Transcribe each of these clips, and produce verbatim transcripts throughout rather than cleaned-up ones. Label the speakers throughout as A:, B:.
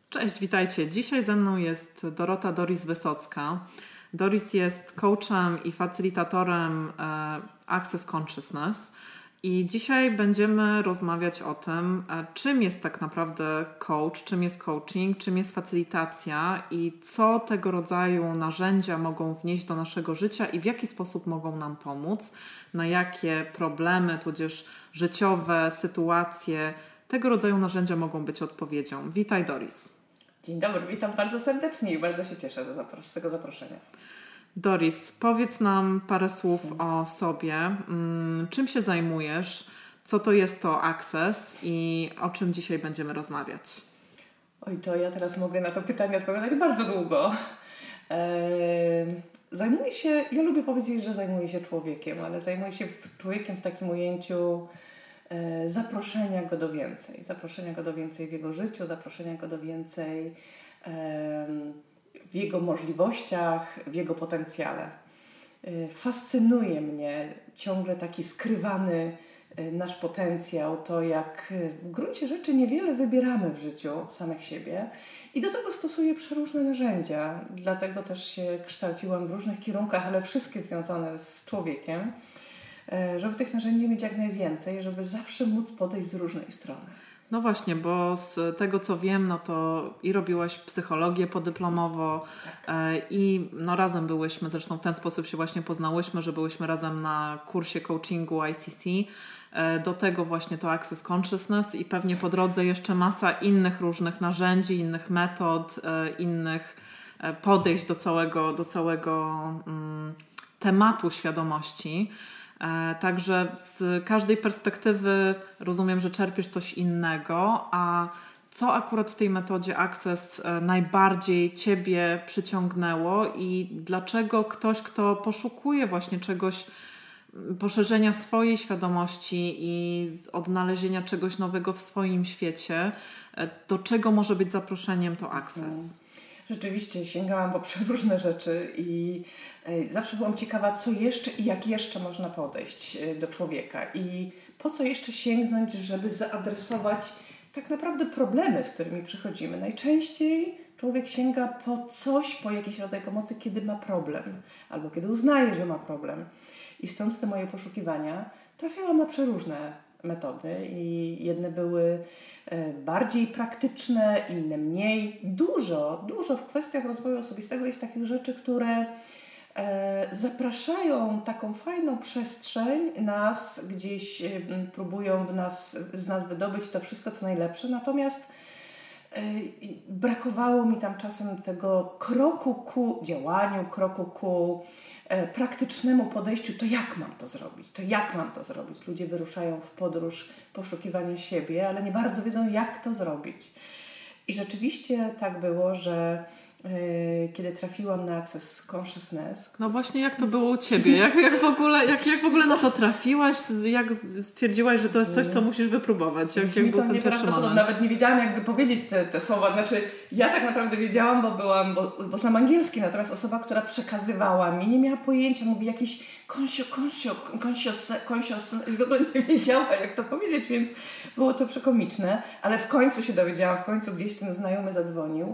A: Cześć, witajcie. Dzisiaj ze mną jest Dorota Doris Wysocka. Doris jest coachem i facylitatorem Access Consciousness i dzisiaj będziemy rozmawiać o tym, czym jest tak naprawdę coach, czym jest coaching, czym jest facylitacja i co tego rodzaju narzędzia mogą wnieść do naszego życia i w jaki sposób mogą nam pomóc, na jakie problemy, tudzież życiowe sytuacje tego rodzaju narzędzia mogą być odpowiedzią. Witaj, Doris.
B: Dzień dobry, witam bardzo serdecznie i bardzo się cieszę z tego zaproszenia.
A: Doris, powiedz nam parę słów o sobie. Czym się zajmujesz? Co to jest to Access i o czym dzisiaj będziemy rozmawiać?
B: Oj, to ja teraz mogę na to pytanie odpowiadać bardzo długo. Eee, zajmuję się, ja lubię powiedzieć, że zajmuję się człowiekiem, ale zajmuję się człowiekiem w takim ujęciu e, zaproszenia go do więcej. Zaproszenia go do więcej w jego życiu, zaproszenia go do więcej e, w jego możliwościach, w jego potencjale. Fascynuje mnie ciągle taki skrywany nasz potencjał, to jak w gruncie rzeczy niewiele wybieramy w życiu samych siebie i do tego stosuję przeróżne narzędzia. Dlatego też się kształciłam w różnych kierunkach, ale wszystkie związane z człowiekiem, żeby tych narzędzi mieć jak najwięcej, żeby zawsze móc podejść z różnej strony.
A: No właśnie, bo z tego co wiem, no to i robiłaś psychologię podyplomowo tak. i no razem byłyśmy, zresztą w ten sposób się właśnie poznałyśmy, że byłyśmy razem na kursie coachingu I C C. Do tego właśnie to Access Consciousness i pewnie po drodze jeszcze masa innych różnych narzędzi, innych metod, innych podejść do całego, do całego um, tematu świadomości. Także z każdej perspektywy rozumiem, że czerpiesz coś innego, a co akurat w tej metodzie Access najbardziej Ciebie przyciągnęło i dlaczego ktoś, kto poszukuje właśnie czegoś, poszerzenia swojej świadomości i odnalezienia czegoś nowego w swoim świecie, do czego może być zaproszeniem to Access?
B: Rzeczywiście sięgałam po przeróżne rzeczy i zawsze byłam ciekawa, co jeszcze i jak jeszcze można podejść do człowieka i po co jeszcze sięgnąć, żeby zaadresować tak naprawdę problemy, z którymi przychodzimy. Najczęściej człowiek sięga po coś, po jakiś rodzaj pomocy, kiedy ma problem albo kiedy uznaje, że ma problem. I stąd te moje poszukiwania trafiałam na przeróżne metody i jedne były bardziej praktyczne, inne mniej. Dużo, dużo w kwestiach rozwoju osobistego jest takich rzeczy, które zapraszają taką fajną przestrzeń, nas gdzieś próbują w nas, z nas wydobyć to wszystko, co najlepsze, natomiast brakowało mi tam czasem tego kroku ku działaniu, kroku ku praktycznemu podejściu, to jak mam to zrobić, to jak mam to zrobić. Ludzie wyruszają w podróż poszukiwania siebie, ale nie bardzo wiedzą, jak to zrobić. I rzeczywiście tak było, że yy, kiedy trafiłam na Access Consciousness...
A: No właśnie, jak to było u Ciebie? Jak, jak, w, ogóle, jak, jak w ogóle na to trafiłaś? Jak stwierdziłaś, że to jest coś, co musisz wypróbować? Jak, jak był ten pierwszy moment?
B: Nawet nie wiedziałam, jakby powiedzieć te, te słowa. Znaczy, ja tak naprawdę wiedziałam, bo byłam, bo, bo znam angielski, natomiast osoba, która przekazywała mi, nie miała pojęcia, mówi jakiś konsio, konsio, konsio, konsio, i w ogóle nie wiedziała, jak to powiedzieć, więc było to przekomiczne, ale w końcu się dowiedziałam, w końcu gdzieś ten znajomy zadzwonił.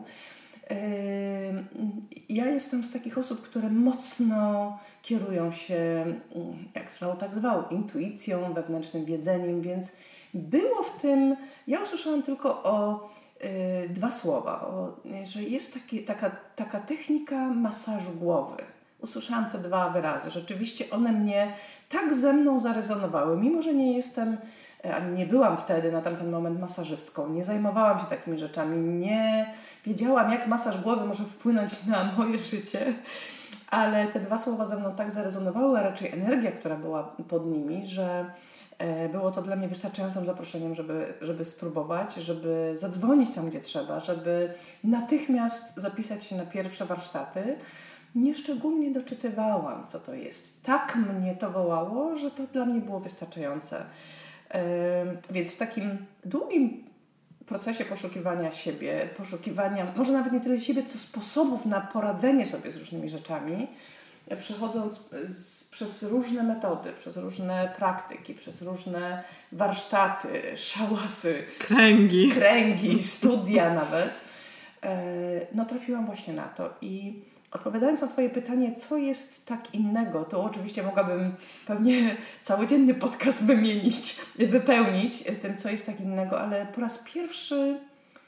B: Ja jestem z takich osób, które mocno kierują się, jak zwał, tak zwał, intuicją, wewnętrznym wiedzeniem, więc było w tym, ja usłyszałam tylko o y, dwa słowa, o, że jest taki, taka, taka technika masażu głowy. Usłyszałam te dwa wyrazy. Rzeczywiście one mnie tak ze mną zarezonowały, mimo że nie jestem, nie byłam wtedy na tamten moment masażystką, nie zajmowałam się takimi rzeczami, nie wiedziałam, jak masaż głowy może wpłynąć na moje życie, ale te dwa słowa ze mną tak zarezonowały, a raczej energia, która była pod nimi, że było to dla mnie wystarczającym zaproszeniem, żeby, żeby spróbować, żeby zadzwonić tam, gdzie trzeba, żeby natychmiast zapisać się na pierwsze warsztaty. Nieszczególnie doczytywałam, co to jest. Tak mnie to wołało, że to dla mnie było wystarczające. Yy, więc w takim długim procesie poszukiwania siebie, poszukiwania, może nawet nie tyle siebie, co sposobów na poradzenie sobie z różnymi rzeczami, przechodząc z, przez różne metody, przez różne praktyki, przez różne warsztaty, szałasy,
A: kręgi,
B: kręgi studia nawet, no trafiłam właśnie na to. I odpowiadając na Twoje pytanie, co jest tak innego, to oczywiście mogłabym pewnie całodzienny podcast wymienić, wypełnić tym, co jest tak innego, ale po raz pierwszy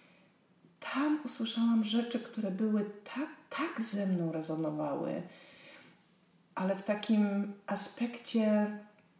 B: tam usłyszałam rzeczy, które były tak, tak ze mną rezonowały, ale w takim aspekcie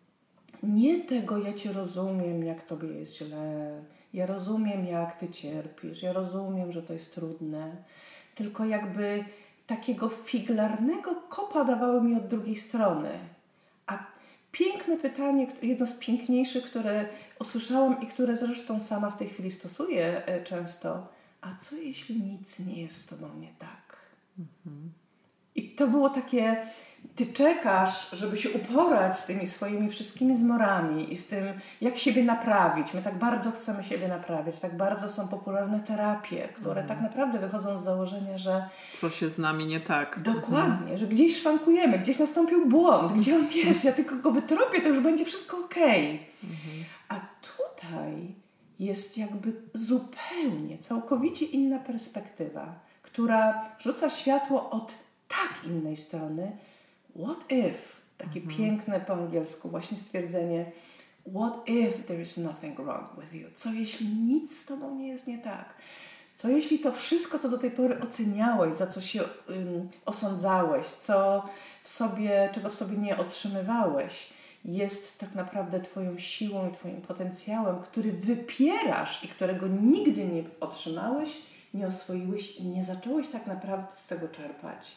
B: nie tego, ja Cię rozumiem, jak Tobie jest źle, ja rozumiem, jak Ty cierpisz, ja rozumiem, że to jest trudne, tylko jakby takiego figlarnego kopa dawały mi od drugiej strony. A piękne pytanie, jedno z piękniejszych, które usłyszałam i które zresztą sama w tej chwili stosuję często, a co jeśli nic nie jest z Tobą nie tak? Mhm. I to było takie, Ty czekasz, żeby się uporać z tymi swoimi wszystkimi zmorami i z tym, jak siebie naprawić. My tak bardzo chcemy siebie naprawiać, tak bardzo są popularne terapie, które mhm. tak naprawdę wychodzą z założenia, że...
A: Co się z nami nie tak.
B: Dokładnie, mhm. że gdzieś szwankujemy, gdzieś nastąpił błąd, gdzie on jest, ja tylko go wytropię, to już będzie wszystko okej. Mhm. A tutaj jest jakby zupełnie, całkowicie inna perspektywa, która rzuca światło od tak innej strony. What if? Takie mhm. piękne po angielsku właśnie stwierdzenie what if there is nothing wrong with you? Co jeśli nic z Tobą nie jest nie tak? Co jeśli to wszystko, co do tej pory oceniałeś, za co się um, osądzałeś, co w sobie, czego w sobie nie otrzymywałeś, jest tak naprawdę Twoją siłą i Twoim potencjałem, który wypierasz i którego nigdy nie otrzymałeś, nie oswoiłeś i nie zacząłeś tak naprawdę z tego czerpać.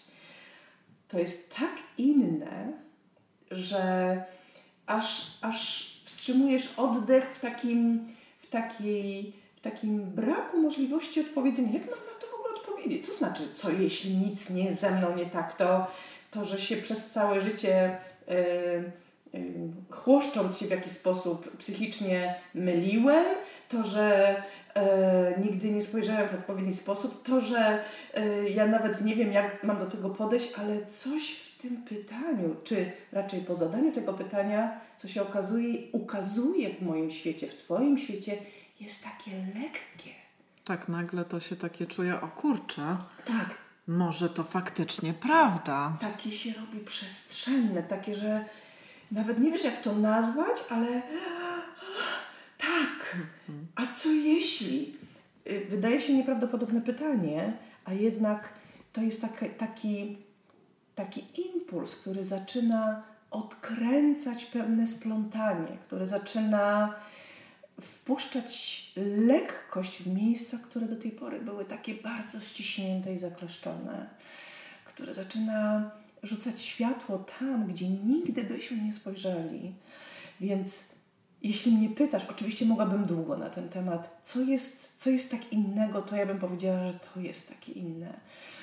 B: To jest tak inne, że aż, aż wstrzymujesz oddech w takim, w, takiej, w takim braku możliwości odpowiedzenia. Jak mam na to w ogóle odpowiedzieć? Co znaczy, co jeśli nic nie jest ze mną nie tak? To, to że się przez całe życie yy, yy, chłoszcząc się w jakiś sposób psychicznie myliłem, to, że E, nigdy nie spojrzałem w odpowiedni sposób. To, że e, ja nawet nie wiem, jak mam do tego podejść, ale coś w tym pytaniu, czy raczej po zadaniu tego pytania, co się okazuje, ukazuje w moim świecie, w Twoim świecie, jest takie lekkie.
A: Tak, nagle to się takie czuje, o kurczę,
B: tak.
A: może to faktycznie prawda.
B: Takie się robi przestrzenne, takie, że nawet nie wiesz, jak to nazwać, ale... Tak, a co jeśli? Wydaje się nieprawdopodobne pytanie, a jednak to jest taki, taki, taki impuls, który zaczyna odkręcać pewne splątanie, który zaczyna wpuszczać lekkość w miejsca, które do tej pory były takie bardzo ściśnięte i zakleszczone, które zaczyna rzucać światło tam, gdzie nigdy byśmy nie spojrzeli. Więc jeśli mnie pytasz, oczywiście mogłabym długo na ten temat, co jest, co jest tak innego, to ja bym powiedziała, że to jest takie inne.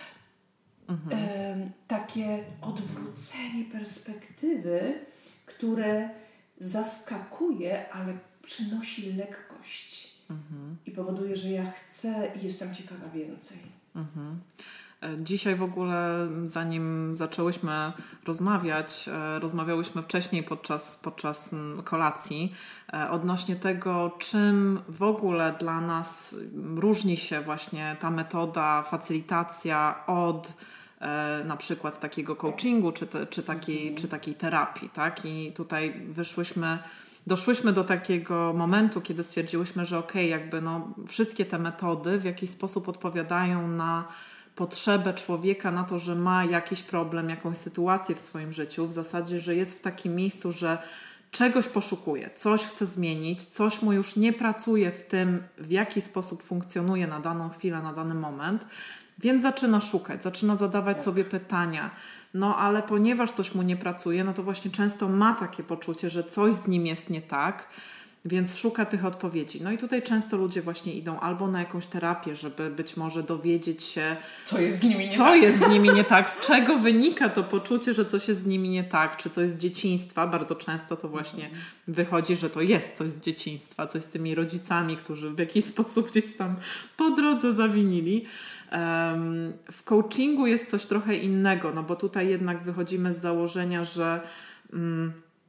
B: Mhm. E, takie odwrócenie perspektywy, które zaskakuje, ale przynosi lekkość. Mhm. I powoduje, że ja chcę i jestem ciekawa więcej. Mhm.
A: Dzisiaj w ogóle, zanim zaczęłyśmy rozmawiać, rozmawiałyśmy wcześniej podczas, podczas kolacji odnośnie tego, czym w ogóle dla nas różni się właśnie ta metoda, facylitacja od na przykład takiego coachingu czy, te, czy, takiej, czy takiej terapii, tak? I tutaj wyszłyśmy, doszłyśmy do takiego momentu, kiedy stwierdziłyśmy, że okej, okay, jakby no, wszystkie te metody w jakiś sposób odpowiadają na potrzebę człowieka, na to, że ma jakiś problem, jakąś sytuację w swoim życiu, w zasadzie, że jest w takim miejscu, że czegoś poszukuje, coś chce zmienić, coś mu już nie pracuje w tym, w jaki sposób funkcjonuje na daną chwilę, na dany moment, więc zaczyna szukać, zaczyna zadawać tak. sobie pytania. No ale ponieważ coś mu nie pracuje, no to właśnie często ma takie poczucie, że coś z nim jest nie tak, więc szuka tych odpowiedzi. No i tutaj często ludzie właśnie idą albo na jakąś terapię, żeby być może dowiedzieć się,
B: co jest z nimi nie
A: co
B: tak.
A: jest z nimi nie tak, z czego wynika to poczucie, że coś jest z nimi nie tak, czy coś z dzieciństwa. Bardzo często to właśnie mhm. wychodzi, że to jest coś z dzieciństwa, coś z tymi rodzicami, którzy w jakiś sposób gdzieś tam po drodze zawinili. Um, w coachingu jest coś trochę innego, no bo tutaj jednak wychodzimy z założenia, że um,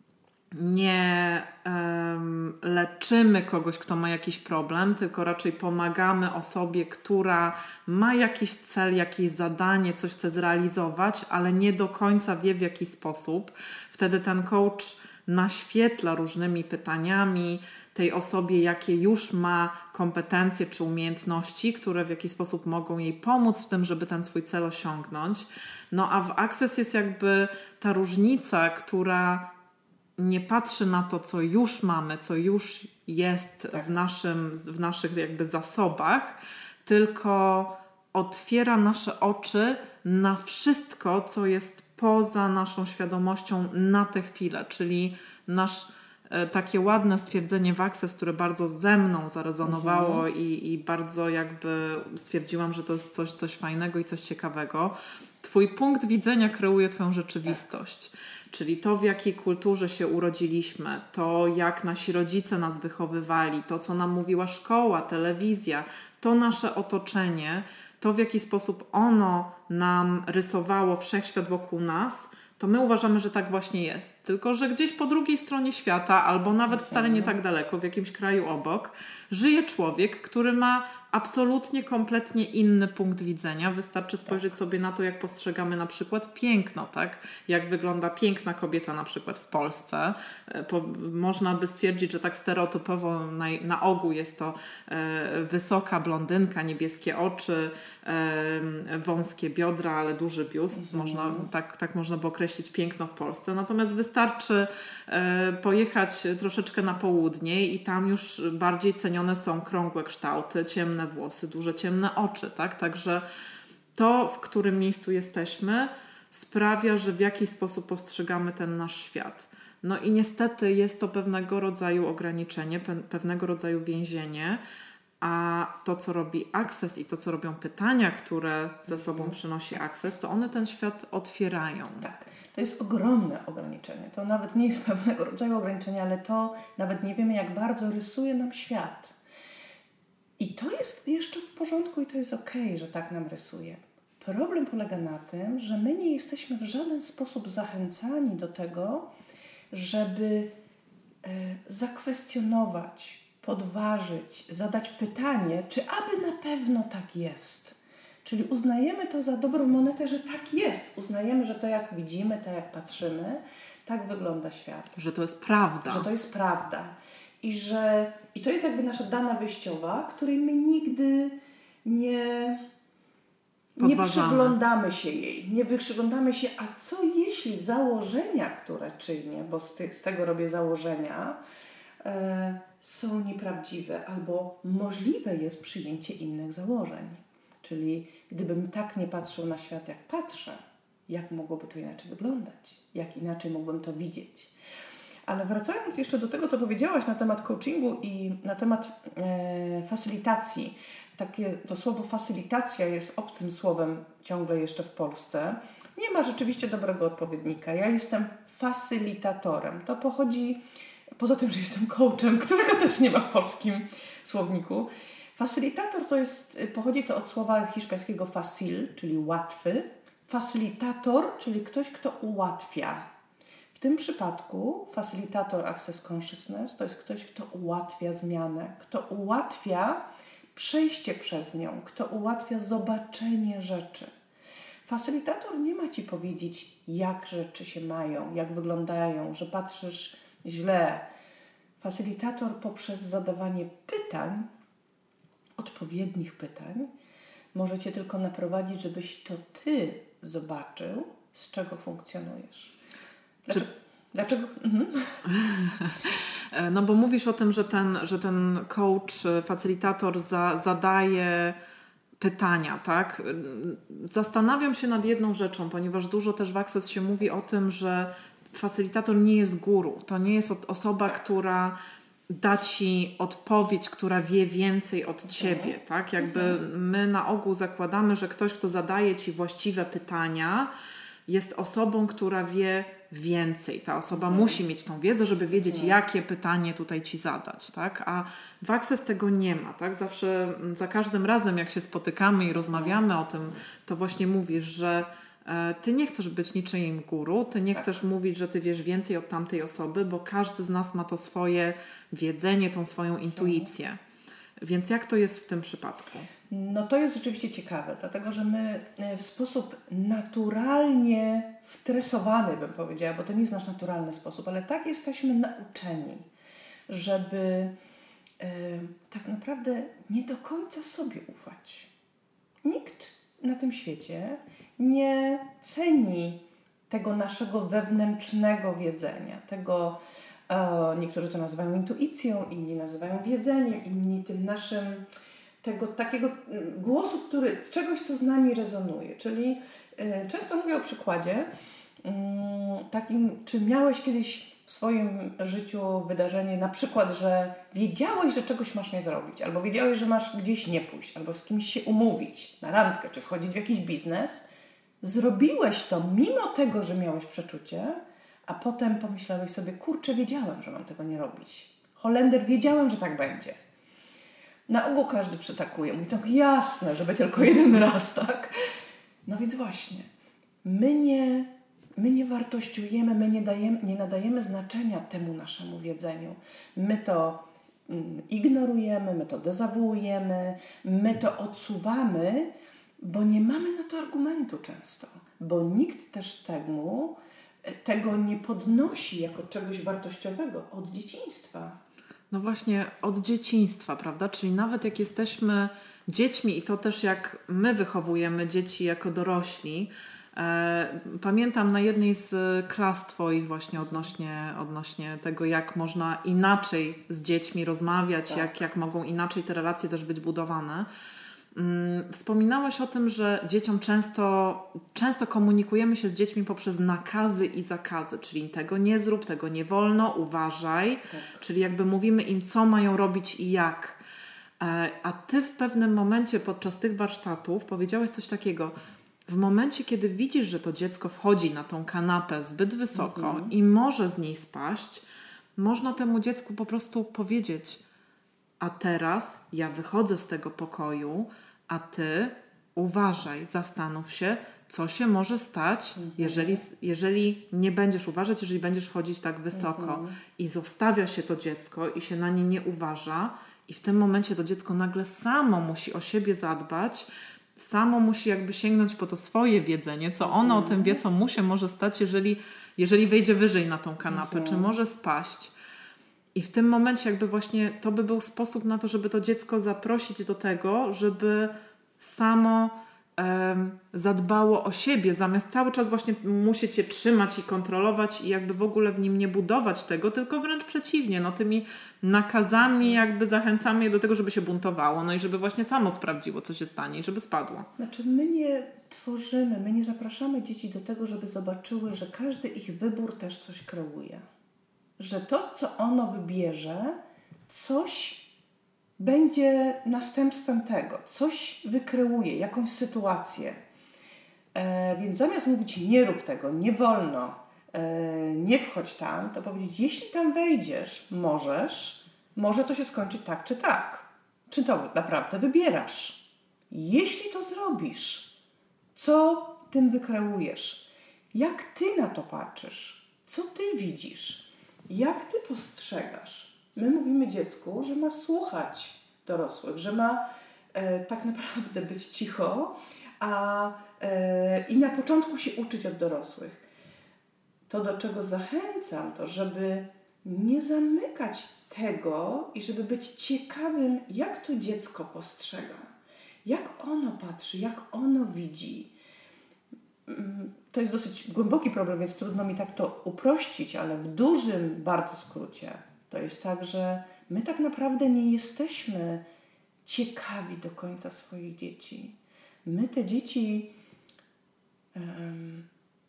A: nie um, leczymy kogoś, kto ma jakiś problem, tylko raczej pomagamy osobie, która ma jakiś cel, jakieś zadanie, coś chce zrealizować, ale nie do końca wie, w jaki sposób. Wtedy ten coach naświetla różnymi pytaniami tej osobie, jakie już ma kompetencje czy umiejętności, które w jakiś sposób mogą jej pomóc w tym, żeby ten swój cel osiągnąć. No a w Access jest jakby ta różnica, która nie patrzy na to, co już mamy, co już jest tak. w, naszym, w naszych jakby zasobach, tylko otwiera nasze oczy na wszystko, co jest poza naszą świadomością na tę chwilę, czyli nasz e, takie ładne stwierdzenie w Access, które bardzo ze mną zarezonowało mhm. i, i bardzo jakby stwierdziłam, że to jest coś, coś fajnego i coś ciekawego. Twój punkt widzenia kreuje twoją rzeczywistość. Tak. Czyli to, w jakiej kulturze się urodziliśmy, to jak nasi rodzice nas wychowywali, to co nam mówiła szkoła, telewizja, to nasze otoczenie, to w jaki sposób ono nam rysowało wszechświat wokół nas, to my uważamy, że tak właśnie jest. Tylko że gdzieś po drugiej stronie świata, albo nawet wcale nie tak daleko, w jakimś kraju obok, żyje człowiek, który ma absolutnie, kompletnie inny punkt widzenia. Wystarczy spojrzeć tak. sobie na to, jak postrzegamy na przykład piękno, tak? Jak wygląda piękna kobieta na przykład w Polsce. Po, można by stwierdzić, że tak stereotypowo na, na ogół jest to e, wysoka blondynka, niebieskie oczy, e, wąskie biodra, ale duży biust. Mhm. Można, tak, tak można by określić piękno w Polsce. Natomiast wystarczy e, pojechać troszeczkę na południe i tam już bardziej cenione są krągłe kształty, ciemne włosy, duże ciemne oczy, tak? Także to, w którym miejscu jesteśmy, sprawia, że w jakiś sposób postrzegamy ten nasz świat. No i niestety jest to pewnego rodzaju ograniczenie, pe- pewnego rodzaju więzienie, a to, co robi Access i to, co robią pytania, które ze sobą przynosi Access, to one ten świat otwierają.
B: Tak. To jest ogromne ograniczenie. To nawet nie jest pewnego rodzaju ograniczenie, ale to nawet nie wiemy, jak bardzo rysuje nam świat. I to jest jeszcze w porządku i to jest okej, że tak nam rysuje. Problem polega na tym, że my nie jesteśmy w żaden sposób zachęcani do tego, żeby e, zakwestionować, podważyć, zadać pytanie, czy aby na pewno tak jest. Czyli uznajemy to za dobrą monetę, że tak jest. Uznajemy, że to jak widzimy, to jak patrzymy, tak wygląda świat.
A: Że to jest prawda.
B: Że to jest prawda. I, że, I to jest jakby nasza dana wyjściowa, której my nigdy nie, nie przyglądamy się jej. Nie przyglądamy się, a co jeśli założenia, które czynię, bo z, ty, z tego robię założenia, e, są nieprawdziwe albo możliwe jest przyjęcie innych założeń. Czyli gdybym tak nie patrzył na świat, jak patrzę, jak mogłoby to inaczej wyglądać? Jak inaczej mógłbym to widzieć? Ale wracając jeszcze do tego, co powiedziałaś na temat coachingu i na temat e, facylitacji. Takie, to słowo facylitacja jest obcym słowem ciągle jeszcze w Polsce. Nie ma rzeczywiście dobrego odpowiednika. Ja jestem facylitatorem. To pochodzi, poza tym, że jestem coachem, którego też nie ma w polskim słowniku. Facylitator to jest, pochodzi to od słowa hiszpańskiego facil, czyli łatwy. Facylitator, czyli ktoś, kto ułatwia. W tym przypadku facylitator Access Consciousness to jest ktoś, kto ułatwia zmianę, kto ułatwia przejście przez nią, kto ułatwia zobaczenie rzeczy. Facylitator nie ma ci powiedzieć, jak rzeczy się mają, jak wyglądają, że patrzysz źle. Facylitator poprzez zadawanie pytań, odpowiednich pytań, może cię tylko naprowadzić, żebyś to ty zobaczył, z czego funkcjonujesz. Dlaczego? Czy... Dlaczego? Mhm.
A: No bo mówisz o tym, że ten, że ten coach, facylitator za, zadaje pytania, tak? Zastanawiam się nad jedną rzeczą, ponieważ dużo też w Access się mówi o tym, że facylitator nie jest guru. To nie jest osoba, która da ci odpowiedź, która wie więcej od mhm. ciebie, tak? Jakby mhm. my na ogół zakładamy, że ktoś, kto zadaje ci właściwe pytania, jest osobą, która wie więcej. Ta osoba mhm. musi mieć tą wiedzę, żeby wiedzieć, mhm. jakie pytanie tutaj ci zadać, tak? A w Access tego nie ma, tak? Zawsze, za każdym razem, jak się spotykamy i rozmawiamy o tym, to właśnie mówisz, że Ty nie chcesz być niczyim guru, ty nie
B: tak.
A: chcesz mówić, że ty wiesz więcej od tamtej osoby, bo każdy z nas ma to swoje wiedzenie, tą swoją intuicję. Mhm. Więc jak to jest w tym przypadku?
B: No to jest rzeczywiście ciekawe, dlatego że my w sposób naturalnie wtresowany, bym powiedziała, bo to nie jest nasz naturalny sposób, ale tak jesteśmy nauczeni, żeby e, tak naprawdę nie do końca sobie ufać. Nikt na tym świecie nie ceni tego naszego wewnętrznego wiedzenia, tego, e, niektórzy to nazywają intuicją, inni nazywają wiedzeniem, inni tym naszym, tego takiego głosu, który, czegoś, co z nami rezonuje. Czyli e, często mówię o przykładzie mm, takim, czy miałeś kiedyś w swoim życiu wydarzenie, na przykład, że wiedziałeś, że czegoś masz nie zrobić, albo wiedziałeś, że masz gdzieś nie pójść, albo z kimś się umówić na randkę, czy wchodzić w jakiś biznes, zrobiłeś to mimo tego, że miałeś przeczucie, a potem pomyślałeś sobie, kurczę, wiedziałem, że mam tego nie robić. Holender, wiedziałem, że tak będzie. Na ogół każdy przytakuje. Mówi tak, jasne, żeby tylko jeden raz, tak? No więc właśnie, my nie, my nie wartościujemy, my nie, dajemy, nie nadajemy znaczenia temu naszemu wiedzeniu. My to mm, ignorujemy, my to dezawuujemy, my to odsuwamy, bo nie mamy na to argumentu często. Bo nikt też temu, tego nie podnosi jako czegoś wartościowego od dzieciństwa.
A: No właśnie od dzieciństwa, prawda? Czyli nawet jak jesteśmy dziećmi i to też jak my wychowujemy dzieci jako dorośli. E, pamiętam na jednej z klas Twoich właśnie odnośnie, odnośnie tego, jak można inaczej z dziećmi rozmawiać, tak. jak, jak mogą inaczej te relacje też być budowane. Wspominałaś o tym, że dzieciom często, często komunikujemy się z dziećmi poprzez nakazy i zakazy, czyli tego nie zrób, tego nie wolno, uważaj, tak. czyli jakby mówimy im, co mają robić i jak. A Ty w pewnym momencie podczas tych warsztatów powiedziałaś coś takiego, w momencie, kiedy widzisz, że to dziecko wchodzi na tą kanapę zbyt wysoko mhm. i może z niej spaść, można temu dziecku po prostu powiedzieć, a teraz ja wychodzę z tego pokoju, a Ty uważaj, zastanów się, co się może stać, mhm. jeżeli, jeżeli nie będziesz uważać, jeżeli będziesz wchodzić tak wysoko. Mhm. I zostawia się to dziecko i się na nie nie uważa i w tym momencie to dziecko nagle samo musi o siebie zadbać, samo musi jakby sięgnąć po to swoje wiedzenie, co ono mhm. o tym wie, co mu się może stać, jeżeli, jeżeli wejdzie wyżej na tą kanapę, mhm. czy może spaść. I w tym momencie jakby właśnie to by był sposób na to, żeby to dziecko zaprosić do tego, żeby samo um, zadbało o siebie, zamiast cały czas właśnie musieć cię trzymać i kontrolować i jakby w ogóle w nim nie budować tego, tylko wręcz przeciwnie, no tymi nakazami jakby zachęcamy je do tego, żeby się buntowało, no i żeby właśnie samo sprawdziło, co się stanie i żeby spadło.
B: Znaczy my nie tworzymy, my nie zapraszamy dzieci do tego, żeby zobaczyły, że każdy ich wybór też coś kreuje. Że to, co ono wybierze, coś będzie następstwem tego, coś wykreuje, jakąś sytuację. E, więc zamiast mówić nie rób tego, nie wolno, e, nie wchodź tam, to powiedzieć, jeśli tam wejdziesz, możesz, może to się skończyć tak czy tak. Czy to naprawdę wybierasz? Jeśli to zrobisz, co tym wykreujesz? Jak ty na to patrzysz? Co ty widzisz? Jak ty postrzegasz? My mówimy dziecku, że ma słuchać dorosłych, że ma e, tak naprawdę być cicho, a e, i na początku się uczyć od dorosłych. To, do czego zachęcam, to żeby nie zamykać tego i żeby być ciekawym, jak to dziecko postrzega, jak ono patrzy, jak ono widzi. To jest dosyć głęboki problem, więc trudno mi tak to uprościć, ale w dużym bardzo skrócie to jest tak, że my tak naprawdę nie jesteśmy ciekawi do końca swoich dzieci. My te dzieci um,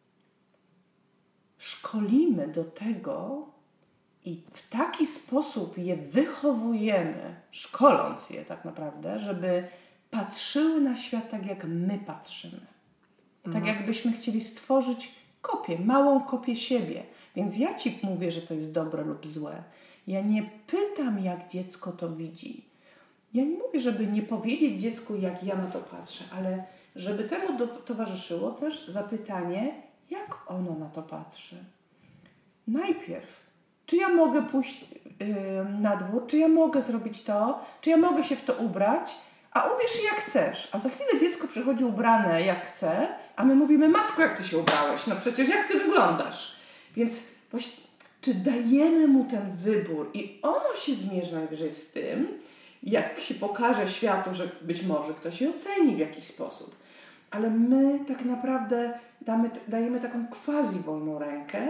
B: szkolimy do tego i w taki sposób je wychowujemy, szkoląc je tak naprawdę, żeby patrzyły na świat tak, jak my patrzymy. Tak jakbyśmy chcieli stworzyć kopię, małą kopię siebie. Więc ja Ci mówię, że to jest dobre lub złe. Ja nie pytam, jak dziecko to widzi. ja nie mówię, żeby nie powiedzieć dziecku, jak ja na to patrzę, ale żeby temu do, towarzyszyło też zapytanie, jak ono na to patrzy. Najpierw, czy ja mogę pójść yy, na dwór, czy ja mogę zrobić to, czy ja mogę się w to ubrać, a ubierz się jak chcesz. A za chwilę dziecko przychodzi ubrane jak chce, a my mówimy, matko, jak ty się ubrałeś? No przecież jak ty wyglądasz? Więc właśnie, czy dajemy mu ten wybór i ono się zmierzy najwyżej z tym, jak się pokaże światu, że być może ktoś je oceni w jakiś sposób. Ale my tak naprawdę damy, dajemy taką quasi wolną rękę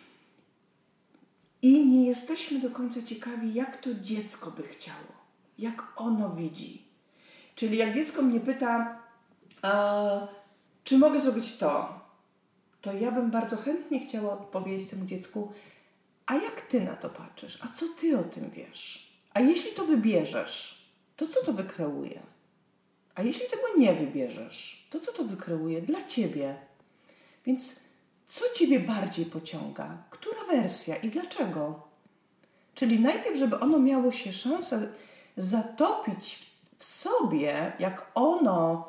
B: i nie jesteśmy do końca ciekawi, jak to dziecko by chciało, jak ono widzi. Czyli jak dziecko mnie pyta, e, czy mogę zrobić to, to ja bym bardzo chętnie chciała odpowiedzieć temu dziecku, a jak ty na to patrzysz? A co ty o tym wiesz? A jeśli to wybierzesz, to co to wykreuje? A jeśli tego nie wybierzesz, to co to wykreuje dla ciebie? Więc co ciebie bardziej pociąga? Która wersja i dlaczego? Czyli najpierw, żeby ono miało się szansę zatopić w sobie, jak ono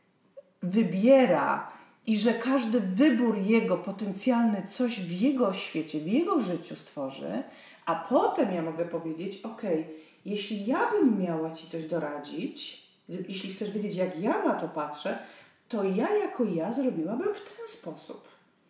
B: wybiera i że każdy wybór jego potencjalny coś w jego świecie, w jego życiu stworzy, a potem ja mogę powiedzieć, ok, jeśli ja bym miała ci coś doradzić, jeśli chcesz wiedzieć, jak ja na to patrzę, to ja jako ja zrobiłabym w ten sposób.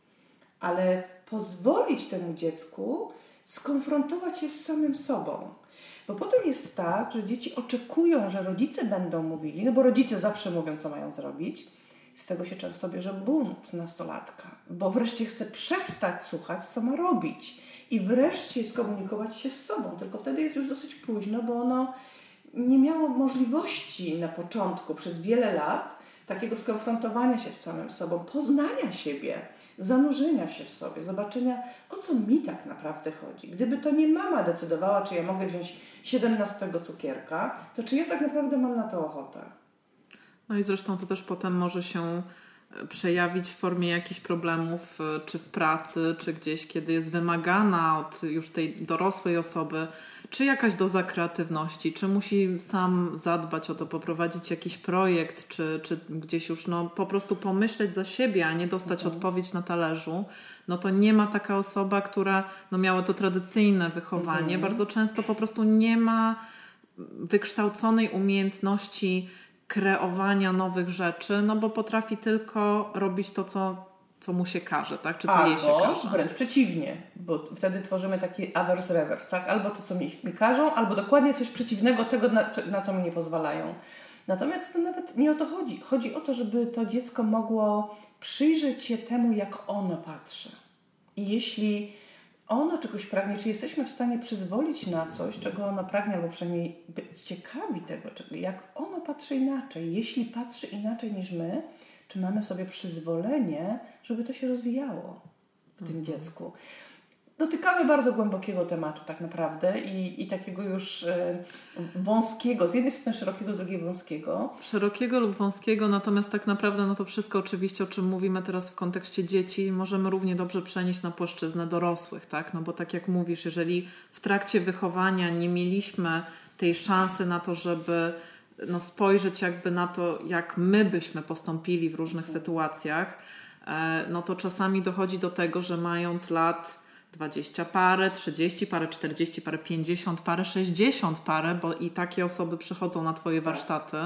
B: Ale pozwolić temu dziecku skonfrontować się z samym sobą. Bo potem jest tak, że dzieci oczekują, że rodzice będą mówili, no bo rodzice zawsze mówią, co mają zrobić. Z tego się często bierze bunt nastolatka, bo wreszcie chce przestać słuchać, co ma robić i wreszcie skomunikować się z sobą. Tylko wtedy jest już dosyć późno, bo ono nie miało możliwości na początku przez wiele lat takiego skonfrontowania się z samym sobą, poznania siebie, zanurzenia się w sobie, zobaczenia, o co mi tak naprawdę chodzi. Gdyby to nie mama decydowała, czy ja mogę wziąć siedemnastego cukierka, to czy ja tak naprawdę mam na to ochotę?
A: No i zresztą to też potem może się przejawić w formie jakichś problemów, czy w pracy, czy gdzieś, kiedy jest wymagana od już tej dorosłej osoby, czy jakaś doza kreatywności, czy musi sam zadbać o to, poprowadzić jakiś projekt, czy, czy gdzieś już no, po prostu pomyśleć za siebie, a nie dostać mhm. odpowiedź na talerzu, no to nie ma taka osoba, która no, miała to tradycyjne wychowanie. Mhm. Bardzo często po prostu nie ma wykształconej umiejętności kreowania nowych rzeczy, no bo potrafi tylko robić to, co, co mu się każe, tak? Czy co
B: albo,
A: jej się każe.
B: Wręcz przeciwnie, bo wtedy tworzymy taki avers revers, tak? Albo to, co mi, mi każą, albo dokładnie coś przeciwnego tego, na, na co mi nie pozwalają. Natomiast to nawet nie o to chodzi. Chodzi o to, żeby to dziecko mogło przyjrzeć się temu, jak ono patrzy. I jeśli ono czegoś pragnie, czy jesteśmy w stanie przyzwolić na coś, czego ono pragnie, albo przynajmniej być ciekawi tego, jak ono patrzy inaczej. Jeśli patrzy inaczej niż my, czy mamy sobie przyzwolenie, żeby to się rozwijało w mhm. tym dziecku. Dotykamy bardzo głębokiego tematu tak naprawdę i, i takiego już y, wąskiego, z jednej strony szerokiego, z drugiej wąskiego.
A: Szerokiego lub wąskiego, natomiast tak naprawdę no to wszystko oczywiście, o czym mówimy teraz w kontekście dzieci, możemy równie dobrze przenieść na płaszczyznę dorosłych, tak? No bo tak jak mówisz, jeżeli w trakcie wychowania nie mieliśmy tej szansy na to, żeby no, spojrzeć jakby na to, jak my byśmy postąpili w różnych mhm. sytuacjach, e, no to czasami dochodzi do tego, że mając lat dwadzieścia parę, trzydzieści parę, czterdzieści parę, pięćdziesiąt parę, sześćdziesiąt parę, bo i takie osoby przychodzą na Twoje warsztaty.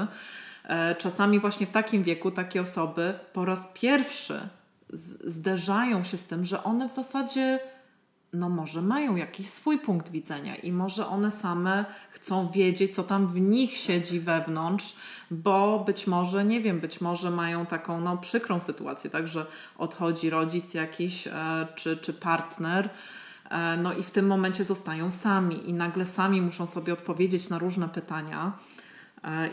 A: Czasami właśnie w takim wieku takie osoby po raz pierwszy z- zderzają się z tym, że one w zasadzie no może mają jakiś swój punkt widzenia i może one same chcą wiedzieć, co tam w nich siedzi wewnątrz, bo być może, nie wiem, być może mają taką no, przykrą sytuację, tak, że odchodzi rodzic jakiś e, czy, czy partner, e, no i w tym momencie zostają sami i nagle sami muszą sobie odpowiedzieć na różne pytania. E,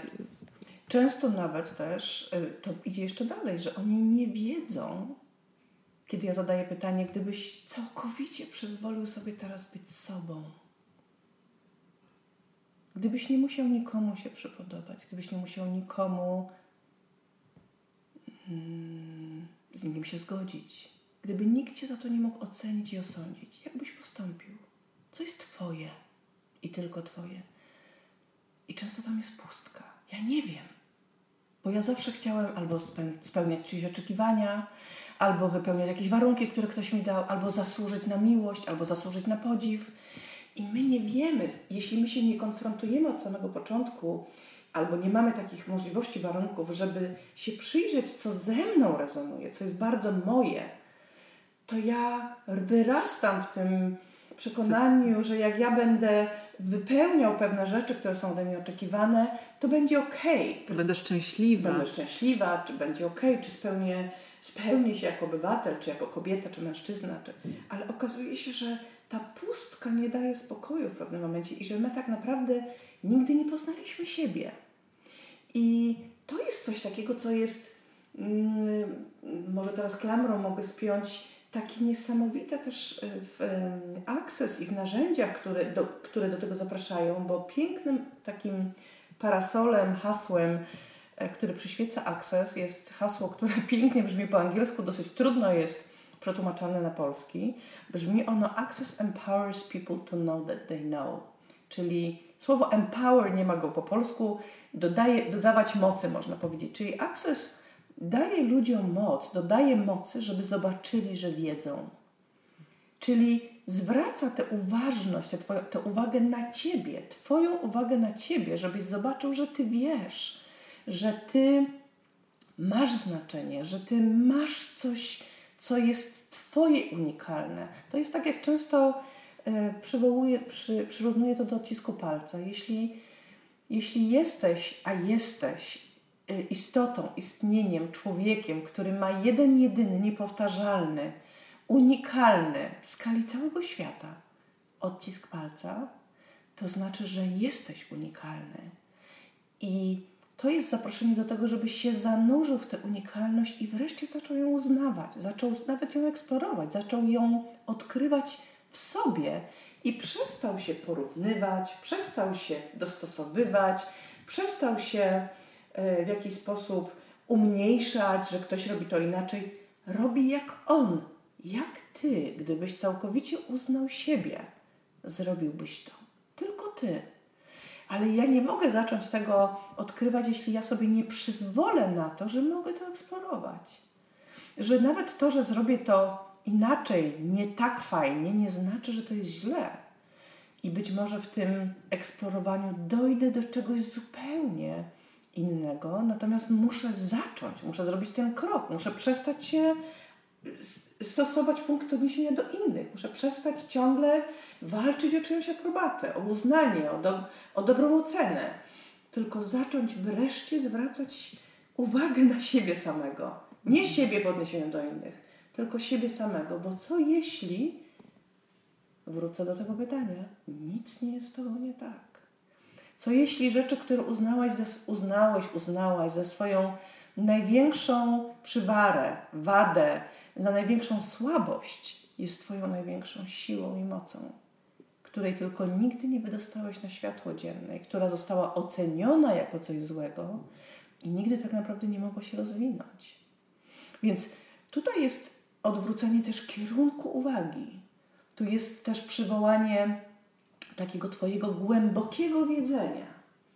B: Często nawet też to idzie jeszcze dalej, że oni nie wiedzą, kiedy ja zadaję pytanie, gdybyś całkowicie przyzwolił sobie teraz być sobą, gdybyś nie musiał nikomu się przypodobać, gdybyś nie musiał nikomu hmm, z nim się zgodzić, gdyby nikt cię za to nie mógł ocenić i osądzić, jak byś postąpił? Co jest twoje i tylko twoje? i często tam jest pustka. Ja nie wiem, bo ja zawsze chciałem albo spełniać czyjeś oczekiwania, albo wypełniać jakieś warunki, które ktoś mi dał, albo zasłużyć na miłość, albo zasłużyć na podziw. I my nie wiemy, jeśli my się nie konfrontujemy od samego początku, albo nie mamy takich możliwości, warunków, żeby się przyjrzeć, co ze mną rezonuje, co jest bardzo moje, to ja wyrastam w tym przekonaniu, że jak ja będę wypełniał pewne rzeczy, które są ode mnie oczekiwane, to będzie okej. Okay.
A: To będę szczęśliwa.
B: Będę szczęśliwa, czy będzie okej, okay, czy spełnię, spełnię się jako obywatel, czy jako kobieta, czy mężczyzna. Czy... Ale okazuje się, że ta pustka nie daje spokoju w pewnym momencie i że my tak naprawdę nigdy nie poznaliśmy siebie. I to jest coś takiego, co jest, mm, może teraz klamrą mogę spiąć, takie niesamowite też w um, Access i w narzędziach, które do, które do tego zapraszają, bo pięknym takim parasolem, hasłem, e, które przyświeca Access, jest hasło, które pięknie brzmi po angielsku, dosyć trudno jest przetłumaczane na polski. Brzmi ono: Access empowers people to know that they know. Czyli słowo empower, nie ma go po polsku, dodaje, dodawać mocy, można powiedzieć. Czyli Access daje ludziom moc, dodaje mocy, żeby zobaczyli, że wiedzą. Czyli zwraca tę uważność, tę, twoją, tę uwagę na Ciebie, Twoją uwagę na Ciebie, żebyś zobaczył, że Ty wiesz, że Ty masz znaczenie, że Ty masz coś, co jest Twoje unikalne. To jest tak, jak często e, przywołuję, przy, przyrównuję to do odcisku palca. Jeśli, jeśli jesteś, a jesteś istotą, istnieniem, człowiekiem, który ma jeden, jedyny, niepowtarzalny, unikalny w skali całego świata odcisk palca, to znaczy, że jesteś unikalny. I to jest zaproszenie do tego, żebyś się zanurzył w tę unikalność i wreszcie zaczął ją uznawać, zaczął nawet ją eksplorować, zaczął ją odkrywać w sobie i przestał się porównywać, przestał się dostosowywać, przestał się w jakiś sposób umniejszać, że ktoś robi to inaczej. Robi jak on, jak ty. Gdybyś całkowicie uznał siebie, zrobiłbyś to. Tylko ty. Ale ja nie mogę zacząć tego odkrywać, jeśli ja sobie nie przyzwolę na to, że mogę to eksplorować. Że nawet to, że zrobię to inaczej, nie tak fajnie, nie znaczy, że to jest źle. I być może w tym eksplorowaniu dojdę do czegoś zupełnie innego, natomiast muszę zacząć, muszę zrobić ten krok, muszę przestać się stosować punkt odniesienia do innych, muszę przestać ciągle walczyć o czyjąś aprobatę, o uznanie, o, do, o dobrą ocenę, tylko zacząć wreszcie zwracać uwagę na siebie samego. Nie siebie w odniesieniu do innych, tylko siebie samego, bo co jeśli, wrócę do tego pytania, nic nie jest z tobą nie tak. Co jeśli rzeczy, które uznałaś za, uznałeś, uznałaś za swoją największą przywarę, wadę, za największą słabość, jest twoją największą siłą i mocą, której tylko nigdy nie wydostałeś na światło dzienne, która została oceniona jako coś złego i nigdy tak naprawdę nie mogła się rozwinąć. Więc tutaj jest odwrócenie też kierunku uwagi. Tu jest też przywołanie takiego twojego głębokiego wiedzenia.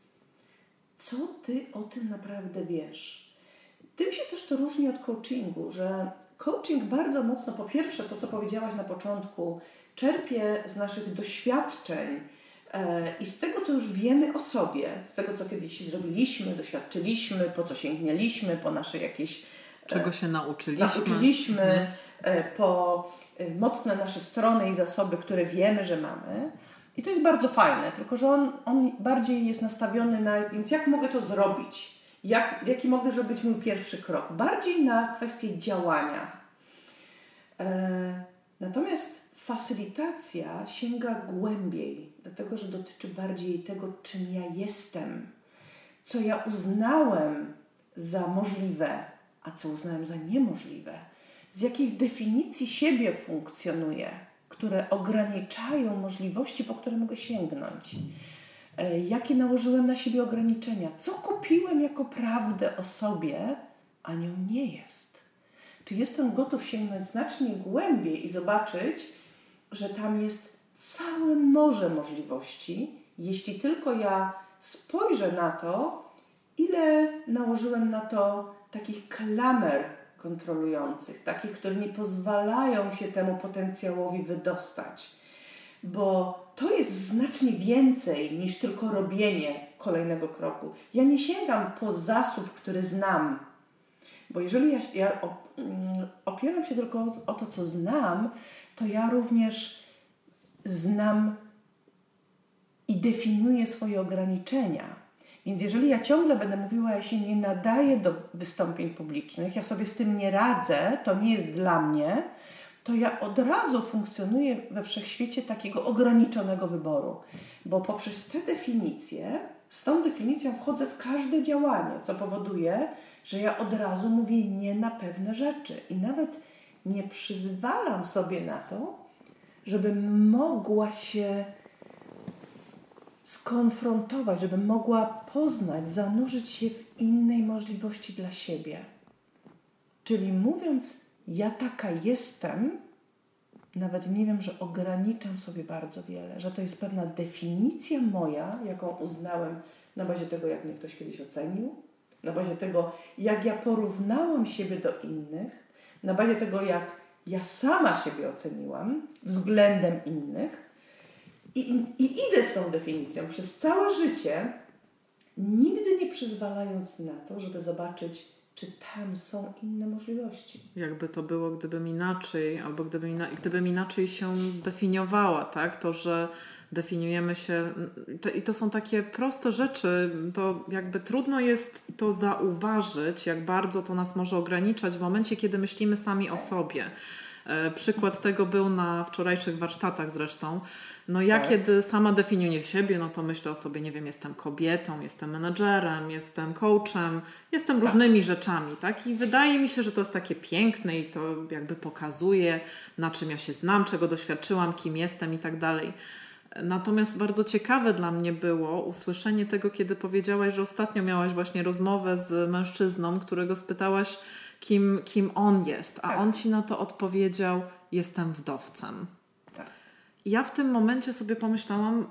B: Co ty o tym naprawdę wiesz? Tym się też to różni od coachingu, że coaching bardzo mocno, po pierwsze to, co powiedziałaś na początku, czerpie z naszych doświadczeń e, i z tego, co już wiemy o sobie, z tego, co kiedyś zrobiliśmy, doświadczyliśmy, po co sięgnęliśmy, po nasze jakieś...
A: E, Czego się nauczyliśmy.
B: Nauczyliśmy, mhm. e, po e, mocne nasze strony i zasoby, które wiemy, że mamy. I to jest bardzo fajne, tylko że on, on bardziej jest nastawiony na, więc jak mogę to zrobić? Jak, jaki może być mój pierwszy krok? Bardziej na kwestię działania. E, natomiast facylitacja sięga głębiej, dlatego że dotyczy bardziej tego, czym ja jestem, co ja uznałem za możliwe, a co uznałem za niemożliwe, z jakich definicji siebie funkcjonuję, które ograniczają możliwości, po które mogę sięgnąć. Jakie nałożyłem na siebie ograniczenia? Co kupiłem jako prawdę o sobie, a nią nie jest? Czy jestem gotów sięgnąć znacznie głębiej i zobaczyć, że tam jest całe morze możliwości, jeśli tylko ja spojrzę na to, ile nałożyłem na to takich klamer kontrolujących, takich, które nie pozwalają się temu potencjałowi wydostać. Bo to jest znacznie więcej niż tylko robienie kolejnego kroku. Ja nie sięgam po zasób, który znam. Bo jeżeli ja, ja opieram się tylko o, o to, co znam, to ja również znam i definiuję swoje ograniczenia. Więc jeżeli ja ciągle będę mówiła, ja się nie nadaję do wystąpień publicznych, ja sobie z tym nie radzę, to nie jest dla mnie, to ja od razu funkcjonuję we wszechświecie takiego ograniczonego wyboru. Bo poprzez tę definicję, z tą definicją wchodzę w każde działanie, co powoduje, że ja od razu mówię nie na pewne rzeczy. I nawet nie przyzwalam sobie na to, żebym mogła się skonfrontować, żebym mogła poznać, zanurzyć się w innej możliwości dla siebie. Czyli mówiąc, ja taka jestem, nawet nie wiem, że ograniczam sobie bardzo wiele, że to jest pewna definicja moja, jaką uznałem na bazie tego, jak mnie ktoś kiedyś ocenił, na bazie tego, jak ja porównałam siebie do innych, na bazie tego, jak ja sama siebie oceniłam względem innych. I, I idę z tą definicją przez całe życie, nigdy nie przyzwalając na to, żeby zobaczyć, czy tam są inne możliwości.
A: Jakby to było, gdybym inaczej, albo gdybym, ina- gdybym inaczej się definiowała, tak? To, że definiujemy się... To, I to są takie proste rzeczy, to jakby trudno jest to zauważyć, jak bardzo to nas może ograniczać w momencie, kiedy myślimy sami o sobie. E, przykład tego był na wczorajszych warsztatach zresztą. No ja tak. Kiedy sama definiuję siebie, no to myślę o sobie, nie wiem, jestem kobietą, jestem menedżerem, jestem coachem, jestem tak. różnymi rzeczami, tak? I wydaje mi się, że to jest takie piękne i to jakby pokazuje, na czym ja się znam, czego doświadczyłam, kim jestem i tak dalej. Natomiast bardzo ciekawe dla mnie było usłyszenie tego, kiedy powiedziałaś, że ostatnio miałaś właśnie rozmowę z mężczyzną, którego spytałaś, kim, kim on jest, a tak. on ci na to odpowiedział, jestem wdowcem. Ja w tym momencie sobie pomyślałam,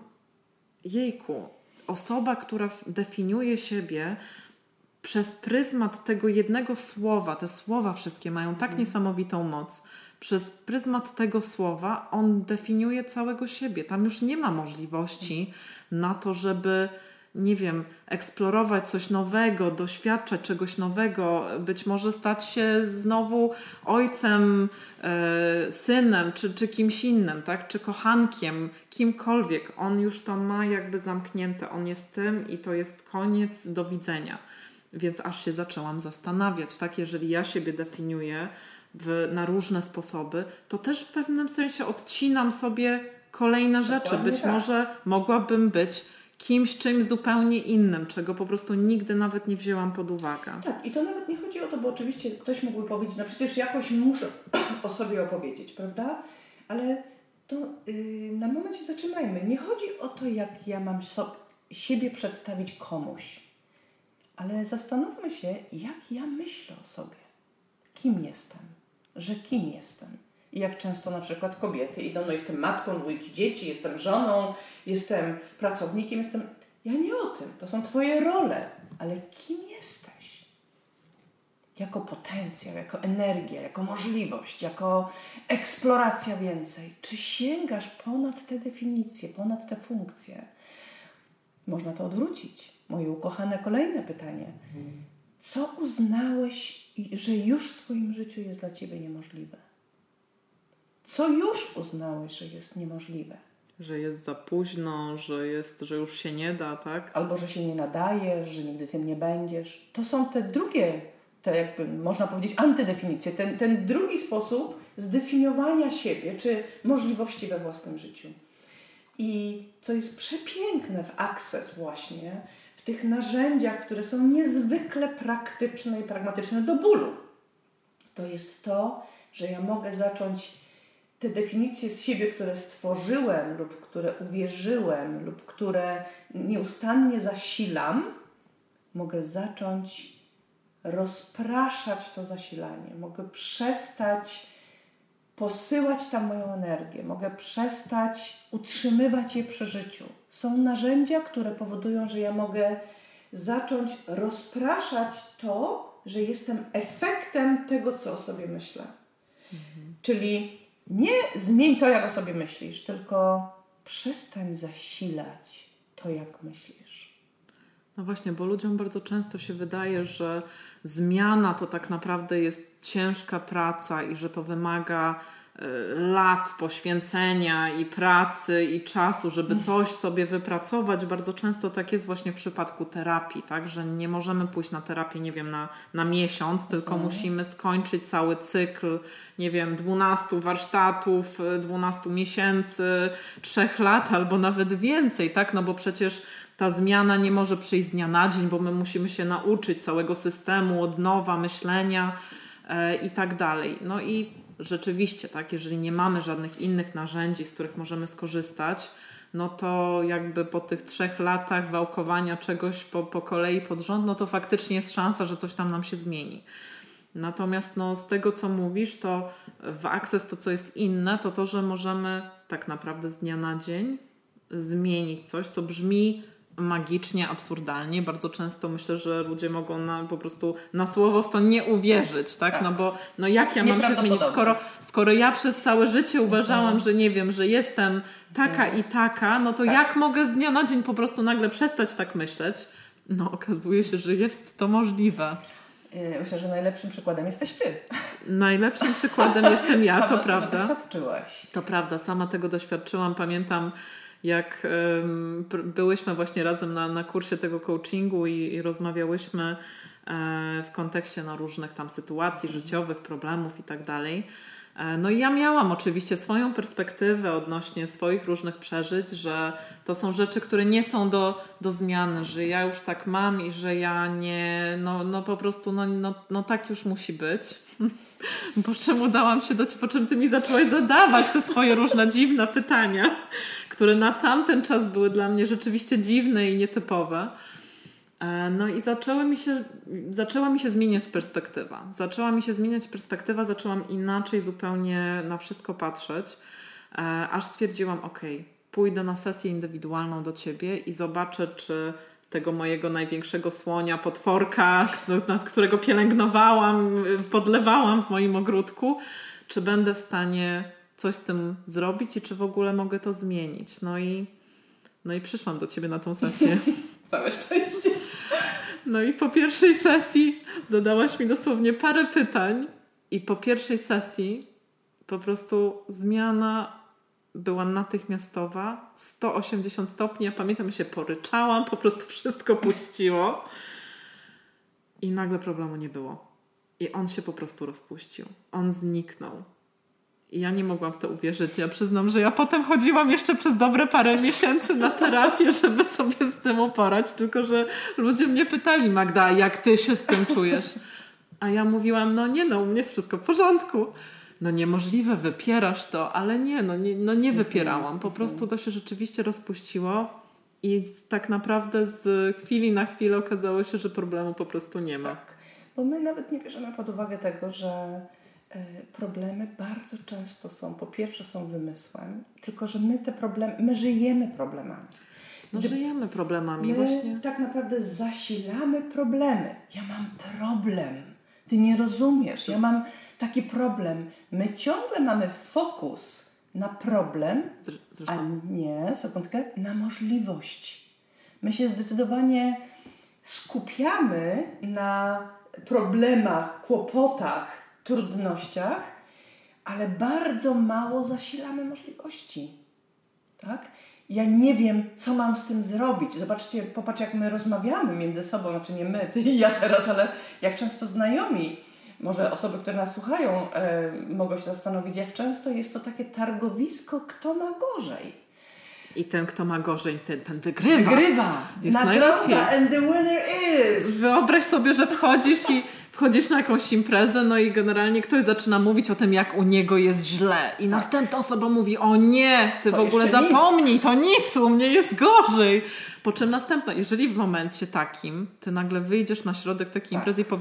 A: jejku, osoba, która definiuje siebie przez pryzmat tego jednego słowa, te słowa wszystkie mają tak mm. niesamowitą moc, przez pryzmat tego słowa on definiuje całego siebie. Tam już nie ma możliwości na to, żeby, nie wiem, eksplorować coś nowego, doświadczać czegoś nowego, być może stać się znowu ojcem, e, synem, czy, czy kimś innym, tak? Czy kochankiem, kimkolwiek. On już to ma jakby zamknięte. On jest tym i to jest koniec, do widzenia. Więc aż się zaczęłam zastanawiać, tak? Jeżeli ja siebie definiuję w, na różne sposoby, to też w pewnym sensie odcinam sobie kolejne rzeczy. Dokładnie być tak. może mogłabym być kimś, czymś zupełnie innym, czego po prostu nigdy nawet nie wzięłam pod uwagę.
B: Tak, i to nawet nie chodzi o to, bo oczywiście ktoś mógłby powiedzieć, no przecież jakoś muszę o sobie opowiedzieć, prawda? Ale to yy, na moment się zatrzymajmy. Nie chodzi o to, jak ja mam so- siebie przedstawić komuś, ale zastanówmy się, jak ja myślę o sobie. Kim jestem? Że kim jestem? I jak często na przykład kobiety idą, no jestem matką dwójki dzieci, jestem żoną, jestem pracownikiem, jestem... Ja nie o tym, to są twoje role, ale kim jesteś? Jako potencjał, jako energia, jako możliwość, jako eksploracja więcej. Czy sięgasz ponad te definicje, ponad te funkcje? Można to odwrócić. Moje ukochane kolejne pytanie. Co uznałeś, że już w twoim życiu jest dla ciebie niemożliwe? Co już uznałeś, że jest niemożliwe?
A: Że jest za późno, że, jest, że już się nie da, tak?
B: Albo, że się nie nadajesz, że nigdy tym nie będziesz. To są te drugie, te jakby można powiedzieć antydefinicje. Ten, ten drugi sposób zdefiniowania siebie, czy możliwości we własnym życiu. I co jest przepiękne w Access właśnie, w tych narzędziach, które są niezwykle praktyczne i pragmatyczne do bólu, to jest to, że ja mogę zacząć te definicje z siebie, które stworzyłem lub które uwierzyłem lub które nieustannie zasilam, mogę zacząć rozpraszać to zasilanie. Mogę przestać posyłać tam moją energię, mogę przestać utrzymywać je przy życiu. Są narzędzia, które powodują, że ja mogę zacząć rozpraszać to, że jestem efektem tego, co o sobie myślę. Mhm. Czyli nie zmień to, jak o sobie myślisz, tylko przestań zasilać to, jak myślisz.
A: No właśnie, bo ludziom bardzo często się wydaje, że zmiana to tak naprawdę jest ciężka praca i że to wymaga y, lat poświęcenia i pracy i czasu, żeby coś sobie wypracować. Bardzo często tak jest właśnie w przypadku terapii, tak? Że nie możemy pójść na terapię, nie wiem, na, na miesiąc, tylko mhm. musimy skończyć cały cykl, nie wiem, dwunastu warsztatów, dwunastu miesięcy, trzech lat albo nawet więcej, tak? No bo przecież ta zmiana nie może przyjść z dnia na dzień, bo my musimy się nauczyć całego systemu od nowa, myślenia e, i tak dalej. No i rzeczywiście, tak, jeżeli nie mamy żadnych innych narzędzi, z których możemy skorzystać, no to jakby po tych trzech latach wałkowania czegoś po, po kolei pod rząd, no to faktycznie jest szansa, że coś tam nam się zmieni. Natomiast no, z tego, co mówisz, to w Access to, co jest inne, to to, że możemy tak naprawdę z dnia na dzień zmienić coś, co brzmi magicznie, absurdalnie. Bardzo często myślę, że ludzie mogą na, po prostu na słowo w to nie uwierzyć, tak? tak. No bo no jak ja mam się zmienić, skoro, skoro ja przez całe życie uważałam, mhm. że nie wiem, że jestem taka mhm. i taka, no to tak. jak mogę z dnia na dzień po prostu nagle przestać tak myśleć? No okazuje się, że jest to możliwe.
B: Myślę, że najlepszym przykładem jesteś ty.
A: Najlepszym przykładem jestem ja, to prawda.
B: Sama doświadczyłaś.
A: To prawda, sama tego doświadczyłam. Pamiętam, jak um, byłyśmy właśnie razem na, na kursie tego coachingu i, i rozmawiałyśmy e, w kontekście no, różnych tam sytuacji życiowych, problemów i tak dalej. E, no i ja miałam oczywiście swoją perspektywę odnośnie swoich różnych przeżyć, że to są rzeczy, które nie są do, do zmiany, że ja już tak mam i że ja nie, no, no po prostu no, no, no tak już musi być. Po czym udałam się do Ciebie, po czym Ty mi zaczęłaś zadawać te swoje różne dziwne pytania, które na tamten czas były dla mnie rzeczywiście dziwne i nietypowe. No i zaczęły mi się, zaczęła mi się zmieniać perspektywa. Zaczęła mi się zmieniać perspektywa, zaczęłam inaczej zupełnie na wszystko patrzeć, aż stwierdziłam, ok, pójdę na sesję indywidualną do Ciebie i zobaczę, czy tego mojego największego słonia, potworka, nad którego pielęgnowałam, podlewałam w moim ogródku, czy będę w stanie coś z tym zrobić i czy w ogóle mogę to zmienić. No i, no i przyszłam do Ciebie na tą sesję.
B: Całe szczęście.
A: No i po pierwszej sesji zadałaś mi dosłownie parę pytań i po pierwszej sesji po prostu zmiana była natychmiastowa, sto osiemdziesiąt stopni. Ja pamiętam, że się poryczałam, po prostu wszystko puściło i nagle problemu nie było. I on się po prostu rozpuścił. On zniknął. I ja nie mogłam w to uwierzyć. Ja przyznam, że ja potem chodziłam jeszcze przez dobre parę miesięcy na terapię, żeby sobie z tym uporać. Tylko że ludzie mnie pytali, Magda, jak ty się z tym czujesz? A ja mówiłam, no nie no, u mnie jest wszystko w porządku. No niemożliwe, wypierasz to, ale nie, no nie, no nie wypierałam. Po prostu to się rzeczywiście rozpuściło i tak naprawdę z chwili na chwilę okazało się, że problemu po prostu nie ma.
B: Tak, bo my nawet nie bierzemy pod uwagę tego, że problemy bardzo często są, po pierwsze są wymysłem, tylko że my te problemy, my żyjemy problemami.
A: No Gdy żyjemy problemami
B: my
A: właśnie.
B: Tak naprawdę zasilamy problemy. Ja mam problem. Ty nie rozumiesz. Ja mam taki problem. My ciągle mamy fokus na problem,
A: Zresztą.
B: a nie, sekundkę, na możliwość. My się zdecydowanie skupiamy na problemach, kłopotach, trudnościach, ale bardzo mało zasilamy możliwości. Tak? Ja nie wiem, co mam z tym zrobić. Zobaczcie, popatrz, jak my rozmawiamy między sobą, znaczy nie my, ty i ja teraz, ale jak często znajomi, może osoby, które nas słuchają, e, mogą się zastanowić, jak często jest to takie targowisko, kto ma gorzej.
A: I ten, kto ma gorzej, ten, ten wygrywa.
B: Wygrywa.
A: Jest
B: Nagroda
A: najlepiej.
B: And the winner is.
A: Wyobraź sobie, że wchodzisz i wchodzisz na jakąś imprezę, no i generalnie ktoś zaczyna mówić o tym, jak u niego jest źle. I tak. następna osoba mówi, o nie, ty
B: to
A: w ogóle zapomnij,
B: nic.
A: to nic, u mnie jest gorzej. Po czym następna, jeżeli w momencie takim ty nagle wyjdziesz na środek takiej
B: tak.
A: imprezy i powiesz,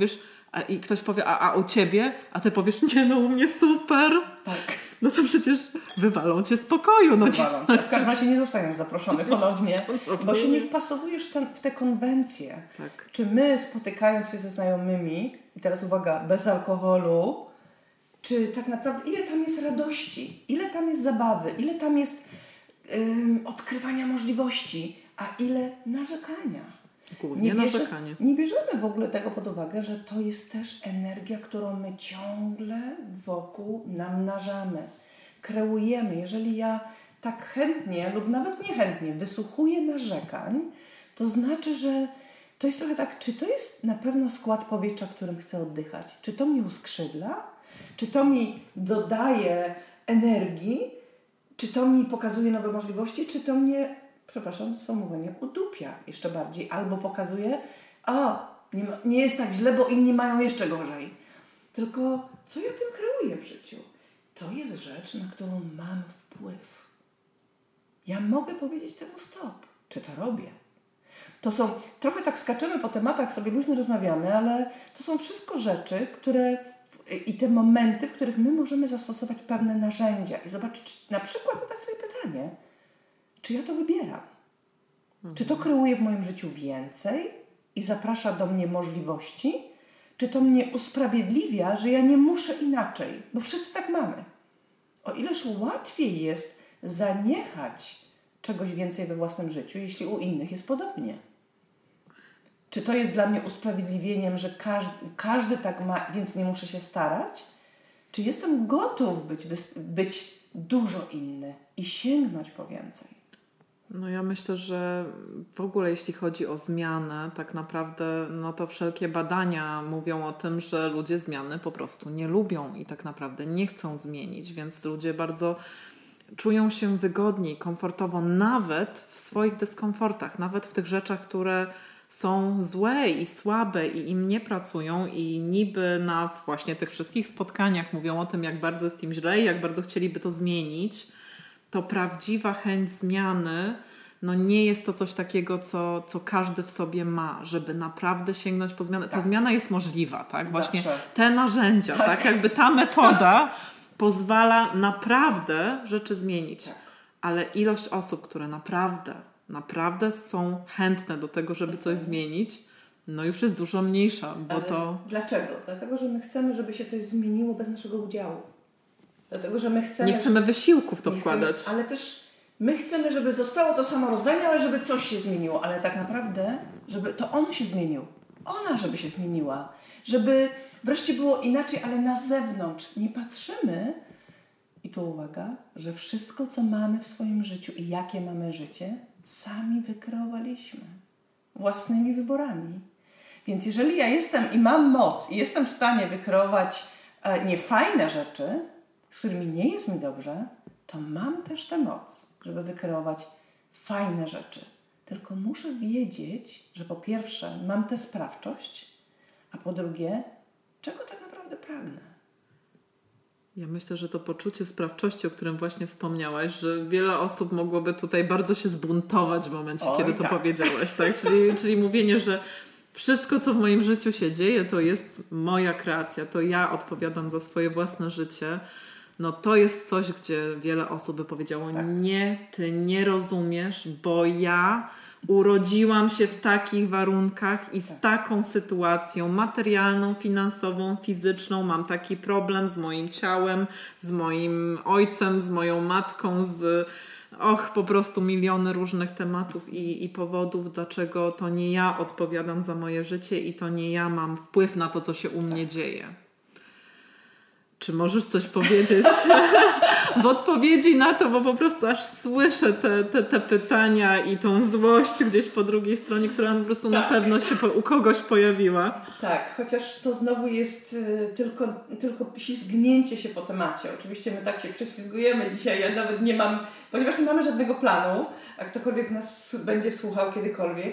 A: A, i ktoś powie, a, a u ciebie? A ty powiesz, nie no, u mnie super.
B: Tak.
A: No to przecież wywalą cię z pokoju. No
B: wywalą cię. W każdym razie nie zostaniesz zaproszony ponownie, bo się nie wpasowujesz ten, w te konwencje.
A: Tak.
B: Czy my, spotykając się ze znajomymi, i teraz uwaga, bez alkoholu, czy tak naprawdę, ile tam jest radości, ile tam jest zabawy, ile tam jest ym, odkrywania możliwości, a ile narzekania.
A: Głównie
B: nie, bierze,
A: narzekanie.
B: nie bierzemy w ogóle tego pod uwagę, że to jest też energia, którą my ciągle wokół namnażamy, kreujemy. Jeżeli ja tak chętnie lub nawet niechętnie wysłuchuję narzekań, to znaczy, że to jest trochę tak, czy to jest na pewno skład powietrza, którym chcę oddychać? Czy to mnie uskrzydla? Czy to mi dodaje energii? Czy to mi pokazuje nowe możliwości? Czy to mnie, przepraszam za sformułowanie, udupia jeszcze bardziej? Albo pokazuje, a nie, ma, nie jest tak źle, bo inni mają jeszcze gorzej. Tylko co ja tym kreuję w życiu? To jest rzecz, na którą mam wpływ. Ja mogę powiedzieć temu stop. Czy to robię? To są, trochę tak skaczemy po tematach, sobie luźno rozmawiamy, ale to są wszystko rzeczy, które i te momenty, w których my możemy zastosować pewne narzędzia i zobaczyć, na przykład zadać sobie pytanie, czy ja to wybieram? Mhm. Czy to kreuje w moim życiu więcej i zaprasza do mnie możliwości? Czy to mnie usprawiedliwia, że ja nie muszę inaczej? Bo wszyscy tak mamy. O ileż łatwiej jest zaniechać czegoś więcej we własnym życiu, jeśli u innych jest podobnie. Czy to jest dla mnie usprawiedliwieniem, że każdy, każdy tak ma, więc nie muszę się starać? Czy jestem gotów być, być dużo inny i sięgnąć po więcej?
A: No ja myślę, że w ogóle jeśli chodzi o zmianę, tak naprawdę no to wszelkie badania mówią o tym, że ludzie zmiany po prostu nie lubią i tak naprawdę nie chcą zmienić, więc ludzie bardzo czują się wygodniej, komfortowo, nawet w swoich dyskomfortach, nawet w tych rzeczach, które są złe i słabe i im nie pracują i niby na właśnie tych wszystkich spotkaniach mówią o tym, jak bardzo jest im źle i jak bardzo chcieliby to zmienić, to prawdziwa chęć zmiany no nie jest to coś takiego, co, co każdy w sobie ma, żeby naprawdę sięgnąć po zmianę. Ta tak. zmiana jest możliwa, tak? Właśnie Zawsze. te narzędzia, tak. tak? Jakby ta metoda pozwala naprawdę rzeczy zmienić. Tak. Ale ilość osób, które naprawdę naprawdę są chętne do tego, żeby coś zmienić, no już jest dużo mniejsza, bo Ale to...
B: Dlaczego? Dlatego, że my chcemy, żeby się coś zmieniło bez naszego udziału. Dlatego, że my chcemy...
A: Nie chcemy wysiłku w to wkładać.
B: Chcemy, ale też my chcemy, żeby zostało to samo rozwiązanie, ale żeby coś się zmieniło. Ale tak naprawdę, żeby to on się zmienił. Ona, żeby się zmieniła. Żeby wreszcie było inaczej, ale na zewnątrz. Nie patrzymy, i tu uwaga, że wszystko, co mamy w swoim życiu i jakie mamy życie, sami wykreowaliśmy własnymi wyborami. Więc jeżeli ja jestem i mam moc i jestem w stanie wykreować e, niefajne rzeczy, z którymi nie jest mi dobrze, to mam też tę moc, żeby wykreować fajne rzeczy. Tylko muszę wiedzieć, że po pierwsze mam tę sprawczość, a po drugie, czego tak naprawdę pragnę.
A: Ja myślę, że to poczucie sprawczości, o którym właśnie wspomniałaś, że wiele osób mogłoby tutaj bardzo się zbuntować w momencie, Oj, kiedy to tak. powiedziałaś. Tak? Czyli, czyli mówienie, że wszystko, co w moim życiu się dzieje, to jest moja kreacja, to ja odpowiadam za swoje własne życie. No to jest coś, gdzie wiele osób by powiedziało, tak. nie, ty nie rozumiesz, bo ja urodziłam się w takich warunkach i z tak. taką sytuacją materialną, finansową, fizyczną. Mam taki problem z moim ciałem, z moim ojcem, z moją matką, z och, po prostu miliony różnych tematów i, i powodów, dlaczego to nie ja odpowiadam za moje życie i to nie ja mam wpływ na to, co się u mnie dzieje. Czy możesz coś powiedzieć w odpowiedzi na to, bo po prostu aż słyszę te, te, te pytania i tą złość gdzieś po drugiej stronie, która po prostu tak. na pewno się po, u kogoś pojawiła.
B: Tak, chociaż to znowu jest y, tylko, tylko ślizgnięcie się po temacie. Oczywiście my tak się prześlizgujemy dzisiaj, ja nawet nie mam, ponieważ nie mamy żadnego planu, a ktokolwiek nas będzie słuchał kiedykolwiek,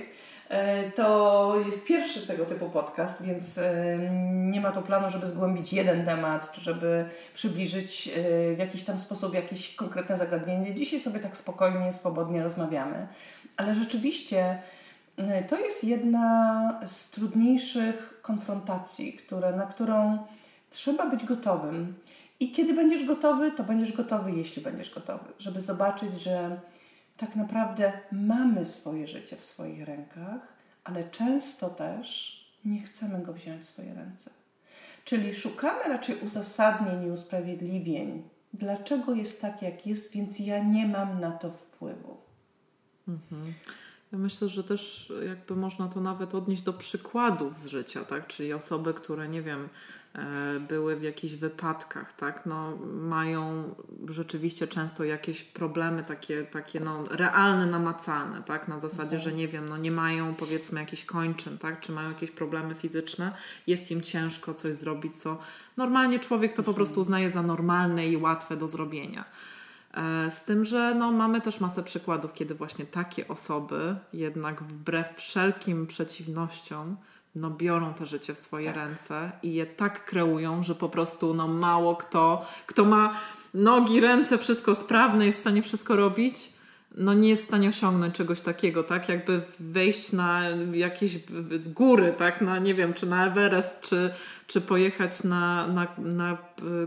B: to jest pierwszy tego typu podcast, więc nie ma tu planu, żeby zgłębić jeden temat, czy żeby przybliżyć w jakiś tam sposób jakieś konkretne zagadnienie. Dzisiaj sobie tak spokojnie, swobodnie rozmawiamy. Ale rzeczywiście To jest jedna z trudniejszych konfrontacji, które, na którą trzeba być gotowym. I kiedy będziesz gotowy, to będziesz gotowy, jeśli będziesz gotowy, żeby zobaczyć, że tak naprawdę mamy swoje życie w swoich rękach, ale często też nie chcemy go wziąć w swoje ręce. Czyli szukamy raczej uzasadnień i usprawiedliwień, dlaczego jest tak, jak jest, więc ja nie mam na to wpływu.
A: Mhm. Ja myślę, że też jakby można to nawet odnieść do przykładów z życia, tak? Czyli osoby, które, nie wiem, były w jakichś wypadkach, tak? No, mają rzeczywiście często jakieś problemy takie, takie no, realne, namacalne, tak? Na zasadzie, że nie wiem, no, nie mają powiedzmy jakichś kończyn, tak? Czy mają jakieś problemy fizyczne, jest im ciężko coś zrobić, co normalnie człowiek to po prostu uznaje za normalne i łatwe do zrobienia. Z tym, że no, mamy też masę przykładów, kiedy właśnie takie osoby jednak wbrew wszelkim przeciwnościom no, biorą to życie w swoje tak. ręce i je tak kreują, że po prostu no, mało kto, kto ma nogi, ręce, wszystko sprawne, jest w stanie wszystko robić, no nie jest w stanie osiągnąć czegoś takiego, tak? Jakby wejść na jakieś góry, tak? Na, nie wiem, czy na Everest, czy, czy pojechać na, na, na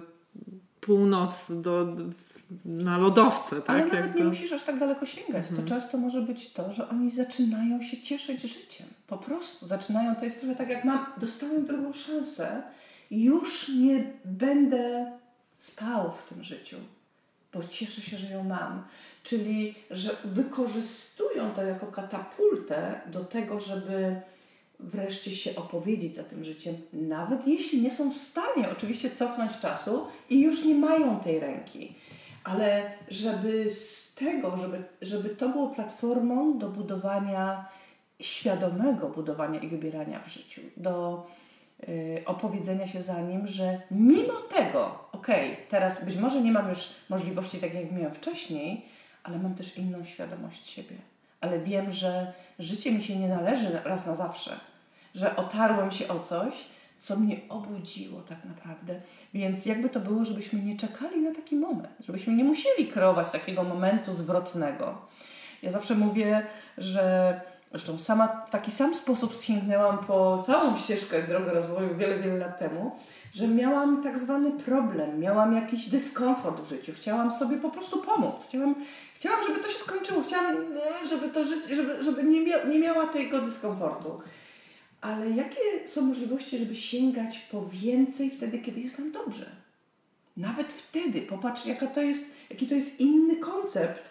A: północ do... na lodowce, tak?
B: Ale nawet
A: Jakby.
B: nie musisz aż tak daleko sięgać. Mhm. To często może być to, że oni zaczynają się cieszyć życiem. Po prostu zaczynają, to jest trochę tak jak mam, dostałem drugą szansę, już nie będę spał w tym życiu, bo cieszę się, że ją mam. Czyli, że wykorzystują to jako katapultę do tego, żeby wreszcie się opowiedzieć za tym życiem, nawet jeśli nie są w stanie oczywiście cofnąć czasu i już nie mają tej ręki. Ale żeby z tego, żeby, żeby to było platformą do budowania, świadomego budowania i wybierania w życiu, do y, opowiedzenia się za nim, że mimo tego, okej, okay, teraz być może nie mam już możliwości tak jak miałem wcześniej, ale mam też inną świadomość siebie. Ale wiem, że życie mi się nie należy raz na zawsze, że otarłem się o coś, co mnie obudziło tak naprawdę. Więc jakby to było, żebyśmy nie czekali na taki moment, żebyśmy nie musieli kreować takiego momentu zwrotnego. Ja zawsze mówię, że zresztą sama w taki sam sposób sięgnęłam po całą ścieżkę drogi rozwoju wiele, wiele lat temu, że miałam tak zwany problem, miałam jakiś dyskomfort w życiu, chciałam sobie po prostu pomóc, chciałam, chciałam żeby to się skończyło, chciałam, żeby to życie, żeby, żeby nie, mia, nie miała tego dyskomfortu. Ale jakie są możliwości, żeby sięgać po więcej wtedy, kiedy jest nam dobrze? Nawet wtedy, popatrz, jaka to jest, jaki to jest inny koncept,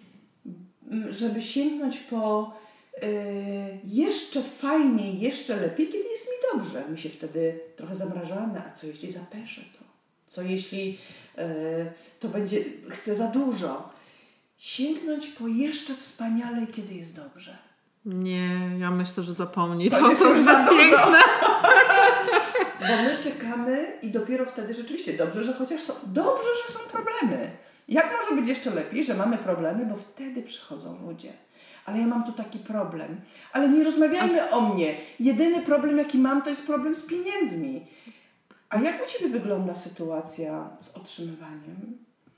B: żeby sięgnąć po yy, jeszcze fajniej, jeszcze lepiej, kiedy jest mi dobrze. My się wtedy trochę zamrażamy, a co jeśli zapeszę to? Co jeśli yy, to będzie, chcę za dużo? Sięgnąć po jeszcze wspaniale, kiedy jest dobrze.
A: Nie, ja myślę, że zapomnij. To, to jest zbyt piękne.
B: Bo my czekamy i dopiero wtedy rzeczywiście dobrze, że chociaż są, dobrze, że są problemy. Jak może być jeszcze lepiej, że mamy problemy, bo wtedy przychodzą ludzie. Ale ja mam tu taki problem. Ale nie rozmawiajmy A... o mnie. Jedyny problem, jaki mam, to jest problem z pieniędzmi. A jak u Ciebie wygląda sytuacja z otrzymywaniem?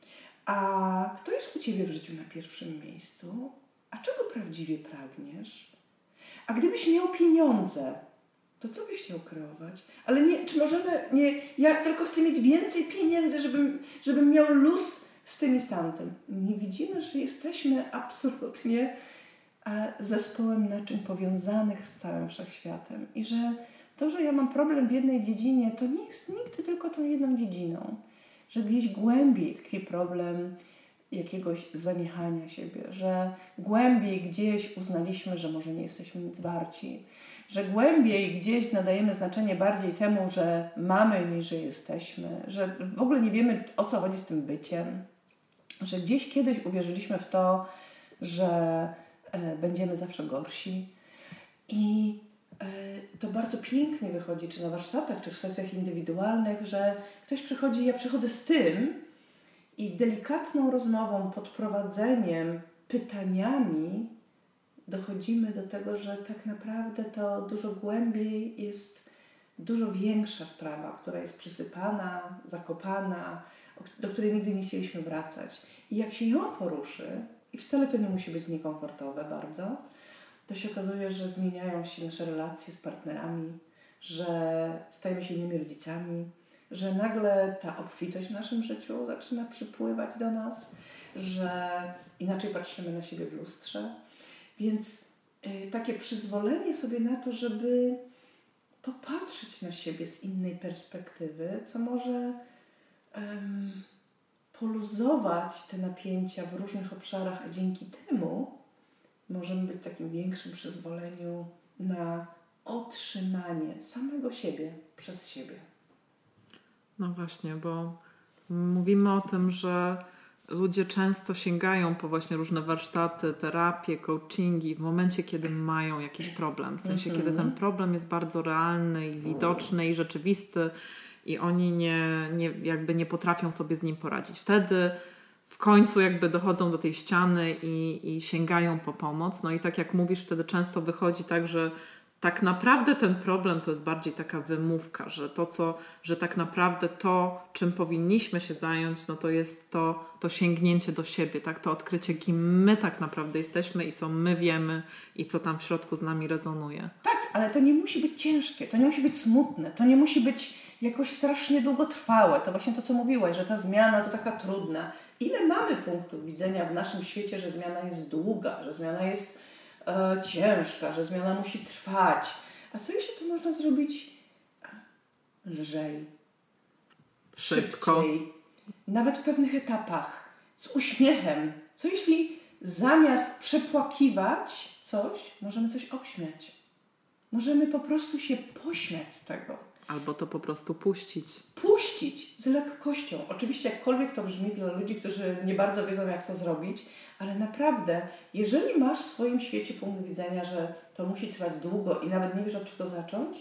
B: A kto jest u Ciebie w życiu na pierwszym miejscu? A czego prawdziwie pragniesz? A gdybyś miał pieniądze, to co byś chciał kreować? Ale nie, czy możemy, nie, ja tylko chcę mieć więcej pieniędzy, żebym, żebym miał luz z tym i z tamtym. Nie widzimy, że jesteśmy absolutnie zespołem naczyń powiązanych z całym wszechświatem i że to, że ja mam problem w jednej dziedzinie, to nie jest nigdy tylko tą jedną dziedziną. Że gdzieś głębiej tkwi problem jakiegoś zaniechania siebie, że głębiej gdzieś uznaliśmy, że może nie jesteśmy nic warci, że głębiej gdzieś nadajemy znaczenie bardziej temu, że mamy niż że jesteśmy, że w ogóle nie wiemy, o co chodzi z tym byciem, że gdzieś kiedyś uwierzyliśmy w to, że e, będziemy zawsze gorsi i e, to bardzo pięknie wychodzi, czy na warsztatach, czy w sesjach indywidualnych, że ktoś przychodzi, ja przychodzę z tym, i delikatną rozmową, podprowadzeniem, pytaniami dochodzimy do tego, że tak naprawdę to dużo głębiej jest dużo większa sprawa, która jest przysypana, zakopana, do której nigdy nie chcieliśmy wracać. I jak się ją poruszy, i wcale to nie musi być niekomfortowe bardzo, to się okazuje, że zmieniają się nasze relacje z partnerami, że stajemy się innymi rodzicami, że nagle ta obfitość w naszym życiu zaczyna przypływać do nas, że inaczej patrzymy na siebie w lustrze. Więc y, takie przyzwolenie sobie na to, żeby popatrzeć na siebie z innej perspektywy, co może um, poluzować te napięcia w różnych obszarach, a dzięki temu możemy być w takim większym przyzwoleniu na otrzymanie samego siebie przez siebie.
A: No właśnie, bo mówimy o tym, że ludzie często sięgają po właśnie różne warsztaty, terapie, coachingi w momencie, kiedy mają jakiś problem. W sensie, mm-hmm. kiedy ten problem jest bardzo realny i widoczny i rzeczywisty i oni nie, nie, jakby nie potrafią sobie z nim poradzić. Wtedy w końcu jakby dochodzą do tej ściany i, i sięgają po pomoc. No i tak jak mówisz, wtedy często wychodzi tak, że tak naprawdę ten problem to jest bardziej taka wymówka, że to, co, że tak naprawdę to, czym powinniśmy się zająć, no to jest to, to sięgnięcie do siebie, tak? To odkrycie, kim my tak naprawdę jesteśmy i co my wiemy i co tam w środku z nami rezonuje.
B: Tak, ale to nie musi być ciężkie, to nie musi być smutne, to nie musi być jakoś strasznie długotrwałe. To właśnie to, co mówiłaś, że ta zmiana to taka trudna. Ile mamy punktów widzenia w naszym świecie, że zmiana jest długa, że zmiana jest e, ciężka, że zmiana musi trwać. A co jeśli to można zrobić lżej,
A: szybko,
B: szybciej, nawet w pewnych etapach, z uśmiechem? Co jeśli zamiast przepłakiwać coś, możemy coś obśmiać? Możemy po prostu się pośmiać z tego.
A: Albo to po prostu puścić.
B: Puścić z lekkością. Oczywiście jakkolwiek to brzmi dla ludzi, którzy nie bardzo wiedzą, jak to zrobić, ale naprawdę, jeżeli masz w swoim świecie punkt widzenia, że to musi trwać długo i nawet nie wiesz, od czego zacząć,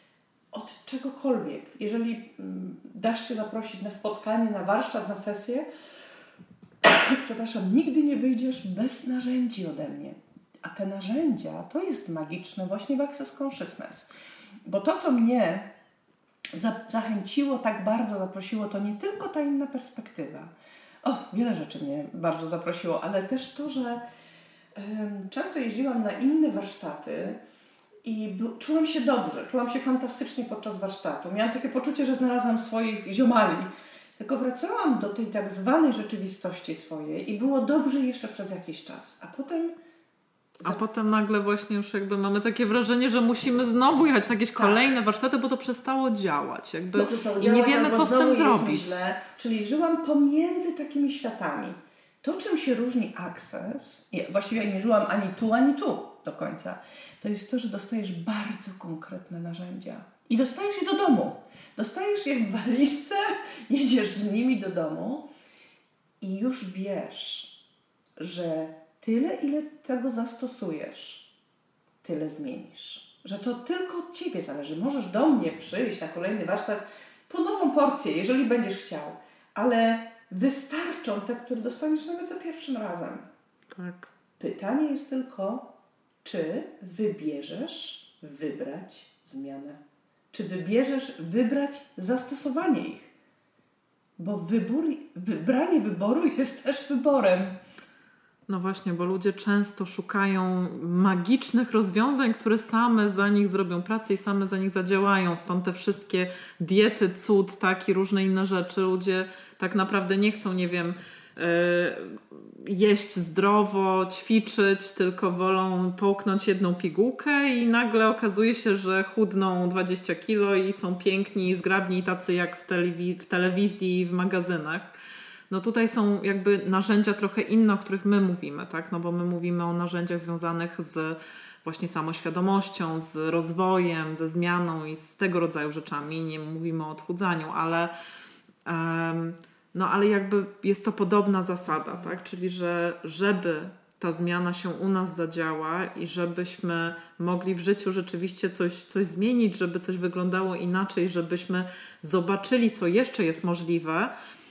B: od czegokolwiek. Jeżeli mm, dasz się zaprosić na spotkanie, na warsztat, na sesję, przepraszam, nigdy nie wyjdziesz bez narzędzi ode mnie. A te narzędzia, to jest magiczne właśnie w Access Consciousness. Bo to, co mnie za- zachęciło, tak bardzo zaprosiło, to nie tylko ta inna perspektywa. O, wiele rzeczy mnie bardzo zaprosiło, ale też to, że um, często jeździłam na inne warsztaty i by- czułam się dobrze, czułam się fantastycznie podczas warsztatu. Miałam takie poczucie, że znalazłam swoich ziomali. Tylko wracałam do tej tak zwanej rzeczywistości swojej i było dobrze jeszcze przez jakiś czas. A potem
A: A potem nagle właśnie już jakby mamy takie wrażenie, że musimy znowu jechać na jakieś tak. kolejne warsztaty, bo to przestało działać. Jakby
B: bo przestało
A: I
B: działać,
A: nie wiemy, co z tym zrobić.
B: Źle. Czyli żyłam pomiędzy takimi światami. To, czym się różni Access, ja właściwie nie żyłam ani tu, ani tu do końca, to jest to, że dostajesz bardzo konkretne narzędzia. I dostajesz je do domu. Dostajesz je w walizce, jedziesz z nimi do domu i już wiesz, że tyle, ile tego zastosujesz, tyle zmienisz. Że to tylko od Ciebie zależy. Możesz do mnie przyjść na kolejny warsztat po nową porcję, jeżeli będziesz chciał. Ale wystarczą te, które dostaniesz nawet za pierwszym razem.
A: Tak.
B: Pytanie jest tylko, czy wybierzesz wybrać zmianę? Czy wybierzesz wybrać zastosowanie ich? Bo wybór, wybranie wyboru jest też wyborem.
A: No właśnie, bo ludzie często szukają magicznych rozwiązań, które same za nich zrobią pracę i same za nich zadziałają. Stąd te wszystkie diety, cud, tak i różne inne rzeczy. Ludzie tak naprawdę nie chcą, nie wiem, yy, jeść zdrowo, ćwiczyć, tylko wolą połknąć jedną pigułkę i nagle okazuje się, że chudną dwadzieścia kilo i są piękni, zgrabni i tacy jak w, telewi- w telewizji i w magazynach. No tutaj są jakby narzędzia trochę inne, o których my mówimy, tak? No bo my mówimy o narzędziach związanych z właśnie samoświadomością, z rozwojem, ze zmianą i z tego rodzaju rzeczami. Nie mówimy o odchudzaniu, ale, um, no, ale jakby jest to podobna zasada, tak? Czyli że żeby ta zmiana się u nas zadziała i żebyśmy mogli w życiu rzeczywiście coś, coś zmienić, żeby coś wyglądało inaczej, żebyśmy zobaczyli, co jeszcze jest możliwe,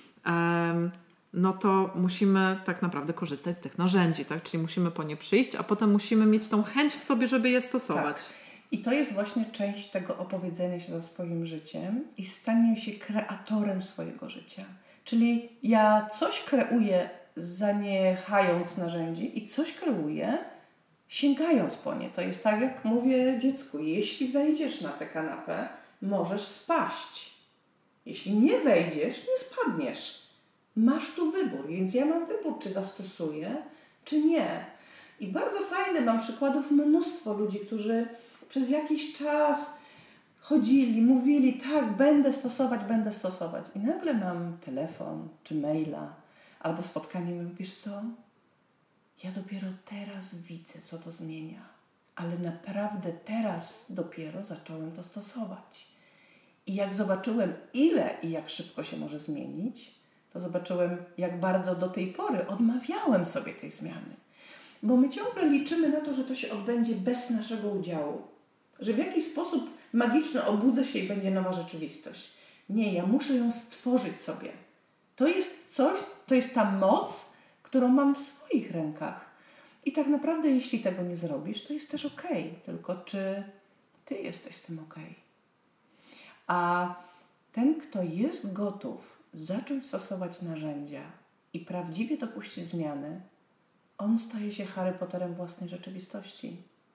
A: no to musimy tak naprawdę korzystać z tych narzędzi, tak? Czyli musimy po nie przyjść, a potem musimy mieć tą chęć w sobie, żeby je stosować.
B: Tak. I to jest właśnie część tego opowiedzenia się za swoim życiem i staniem się kreatorem swojego życia. Czyli ja coś kreuję, zaniechając narzędzi i coś kreuję, sięgając po nie. To jest tak, jak mówię dziecku, jeśli wejdziesz na tę kanapę, możesz spaść. Jeśli nie wejdziesz, nie spadniesz. Masz tu wybór, więc ja mam wybór, czy zastosuję, czy nie. I bardzo fajne, mam przykładów mnóstwo ludzi, którzy przez jakiś czas chodzili, mówili, tak, będę stosować, będę stosować. I nagle mam telefon, czy maila, albo spotkanie, mówię, wiesz co? Ja dopiero teraz widzę, co to zmienia. Ale naprawdę teraz dopiero zacząłem to stosować. I jak zobaczyłem, ile i jak szybko się może zmienić, to zobaczyłem, jak bardzo do tej pory odmawiałem sobie tej zmiany. Bo my ciągle liczymy na to, że to się odbędzie bez naszego udziału. Że w jakiś sposób magiczny obudzę się i będzie nowa rzeczywistość. Nie, ja muszę ją stworzyć sobie. To jest coś, to jest ta moc, którą mam w swoich rękach. I tak naprawdę, jeśli tego nie zrobisz, to jest też okej. Tylko czy ty jesteś z tym okej? A ten, kto jest gotów zacząć stosować narzędzia i prawdziwie dopuścić zmiany, on staje się Harry Potterem własnej rzeczywistości.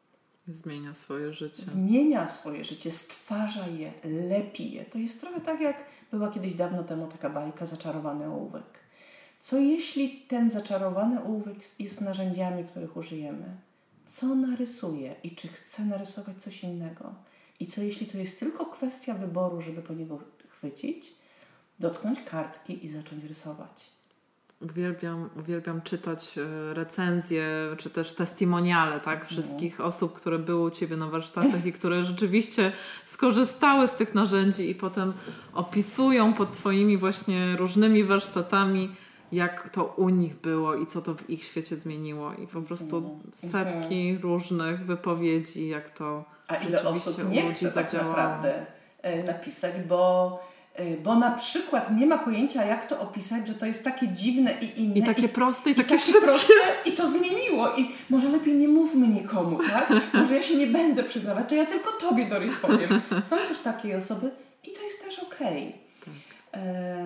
A: Zmienia swoje życie.
B: Zmienia swoje życie, stwarza je, lepi je. To jest trochę tak, jak była kiedyś dawno temu taka bajka Zaczarowany ołówek. Co jeśli ten zaczarowany ołówek jest narzędziami, których użyjemy? Co narysuje i czy chce narysować coś innego? I co jeśli to jest tylko kwestia wyboru, żeby po niego chwycić, dotknąć kartki i zacząć rysować?
A: Uwielbiam, uwielbiam czytać recenzje, czy też testimoniale, tak? Wszystkich no. osób, które były u Ciebie na warsztatach i które rzeczywiście skorzystały z tych narzędzi i potem opisują pod Twoimi właśnie różnymi warsztatami, jak to u nich było i co to w ich świecie zmieniło. I po prostu no. setki mhm. różnych wypowiedzi, jak to
B: A ile osób nie chce tak naprawdę napisać, bo Bo na przykład nie ma pojęcia, jak to opisać, że to jest takie dziwne i inne.
A: I takie proste, i, i takie,
B: takie
A: szybkie.
B: Proste, i to zmieniło. I może lepiej nie mówmy nikomu, tak? Może ja się nie będę przyznawać, to ja tylko Tobie, Doris, powiem. Są też takie osoby i to jest też okej. Okay. Tak.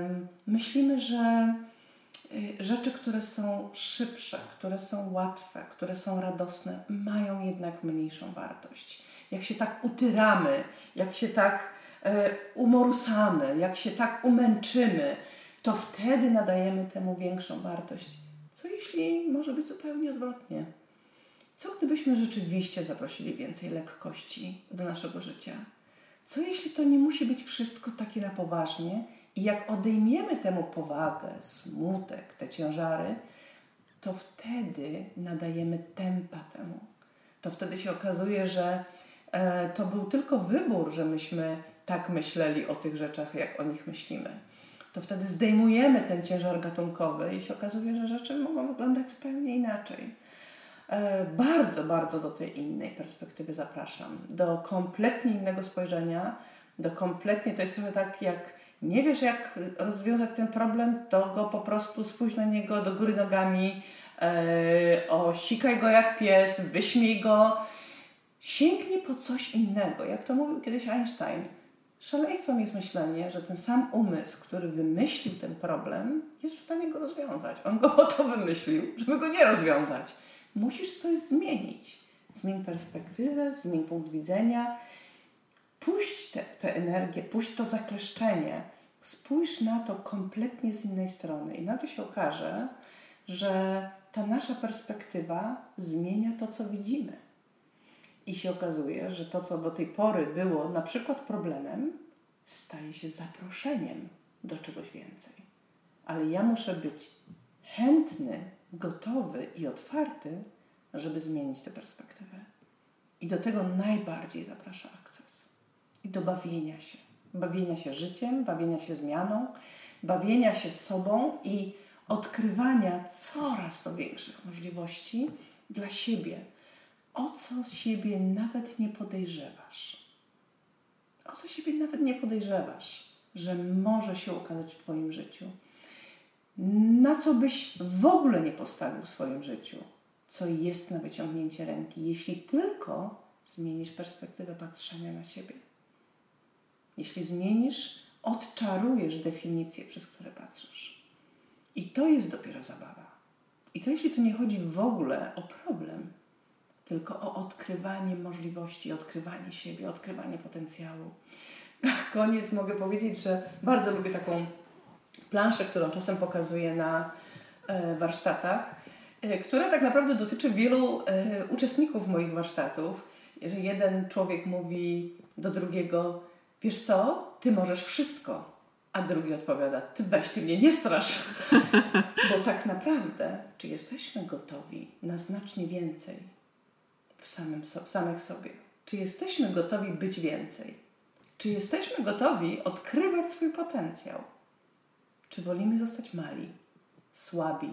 B: Myślimy, że rzeczy, które są szybsze, które są łatwe, które są radosne, mają jednak mniejszą wartość. Jak się tak utyramy, jak się tak umorusamy, jak się tak umęczymy, to wtedy nadajemy temu większą wartość. Co jeśli może być zupełnie odwrotnie? Co gdybyśmy rzeczywiście zaprosili więcej lekkości do naszego życia? Co jeśli to nie musi być wszystko takie na poważnie i jak odejmiemy temu powagę, smutek, te ciężary, to wtedy nadajemy tempa temu. To wtedy się okazuje, że e, to był tylko wybór, że myśmy tak myśleli o tych rzeczach, jak o nich myślimy. To wtedy zdejmujemy ten ciężar gatunkowy i się okazuje, że rzeczy mogą wyglądać zupełnie inaczej. E, bardzo, bardzo do tej innej perspektywy zapraszam. Do kompletnie innego spojrzenia, do kompletnie, to jest trochę tak, jak nie wiesz, jak rozwiązać ten problem, to go po prostu spójrz na niego do góry nogami, e, osikaj go jak pies, wyśmiej go, sięgnij po coś innego. Jak to mówił kiedyś Einstein, szaleństwem jest myślenie, że ten sam umysł, który wymyślił ten problem, jest w stanie go rozwiązać. On go po to wymyślił, żeby go nie rozwiązać. Musisz coś zmienić. Zmień perspektywę, zmień punkt widzenia. Puść tę energię, puść to zakleszczenie. Spójrz na to kompletnie z innej strony. I nagle się okaże, że ta nasza perspektywa zmienia to, co widzimy. I się okazuje, że to, co do tej pory było na przykład problemem, staje się zaproszeniem do czegoś więcej. Ale ja muszę być chętny, gotowy i otwarty, żeby zmienić tę perspektywę. I do tego najbardziej zaprasza Access. I do bawienia się. Bawienia się życiem, bawienia się zmianą, bawienia się sobą i odkrywania coraz to większych możliwości dla siebie. O co siebie nawet nie podejrzewasz. O co siebie nawet nie podejrzewasz, że może się okazać w Twoim życiu. Na co byś w ogóle nie postawił w swoim życiu. Co jest na wyciągnięcie ręki, jeśli tylko zmienisz perspektywę patrzenia na siebie. Jeśli zmienisz, odczarujesz definicję, przez które patrzysz. I to jest dopiero zabawa. I co jeśli tu nie chodzi w ogóle o problem, tylko o odkrywanie możliwości, odkrywanie siebie, odkrywanie potencjału. Na koniec mogę powiedzieć, że bardzo lubię taką planszę, którą czasem pokazuję na warsztatach, która tak naprawdę dotyczy wielu uczestników moich warsztatów. Że jeden człowiek mówi do drugiego: wiesz co, ty możesz wszystko, a drugi odpowiada: ty weź, ty mnie nie strasz. Bo tak naprawdę, czy jesteśmy gotowi na znacznie więcej w, samym, w samych sobie? Czy jesteśmy gotowi być więcej? Czy jesteśmy gotowi odkrywać swój potencjał? Czy wolimy zostać mali, słabi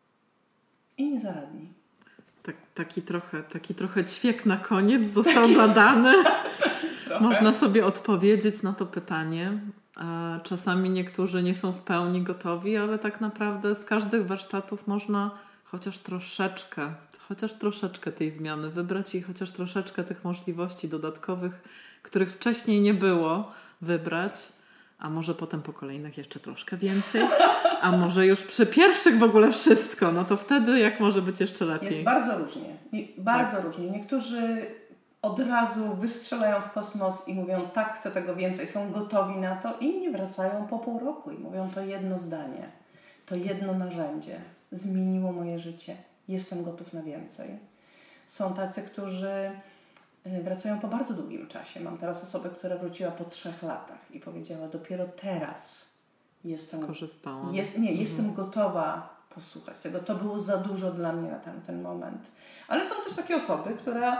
B: i niezaradni?
A: Tak, taki, trochę, taki trochę ćwiek na koniec został zadany. Można sobie odpowiedzieć na to pytanie. Czasami niektórzy nie są w pełni gotowi, ale tak naprawdę z każdych warsztatów można chociaż troszeczkę, chociaż troszeczkę tej zmiany wybrać i chociaż troszeczkę tych możliwości dodatkowych, których wcześniej nie było, wybrać. A może potem po kolejnych jeszcze troszkę więcej, a może już przy pierwszych w ogóle wszystko, no to wtedy jak może być jeszcze lepiej?
B: Jest bardzo różnie, bardzo
A: tak.
B: różnie. Niektórzy od razu wystrzelają w kosmos i mówią: tak, chcę tego więcej, są gotowi na to. Inni wracają po pół roku i mówią: to jedno zdanie, to jedno narzędzie zmieniło moje życie, jestem gotów na więcej. Są tacy, którzy wracają po bardzo długim czasie. Mam teraz osobę, która wróciła po trzech latach i powiedziała: dopiero teraz jestem,
A: skorzystałam.
B: Jest, nie,
A: mhm.
B: jestem gotowa posłuchać tego. To było za dużo dla mnie na ten, ten moment. Ale są też takie osoby, która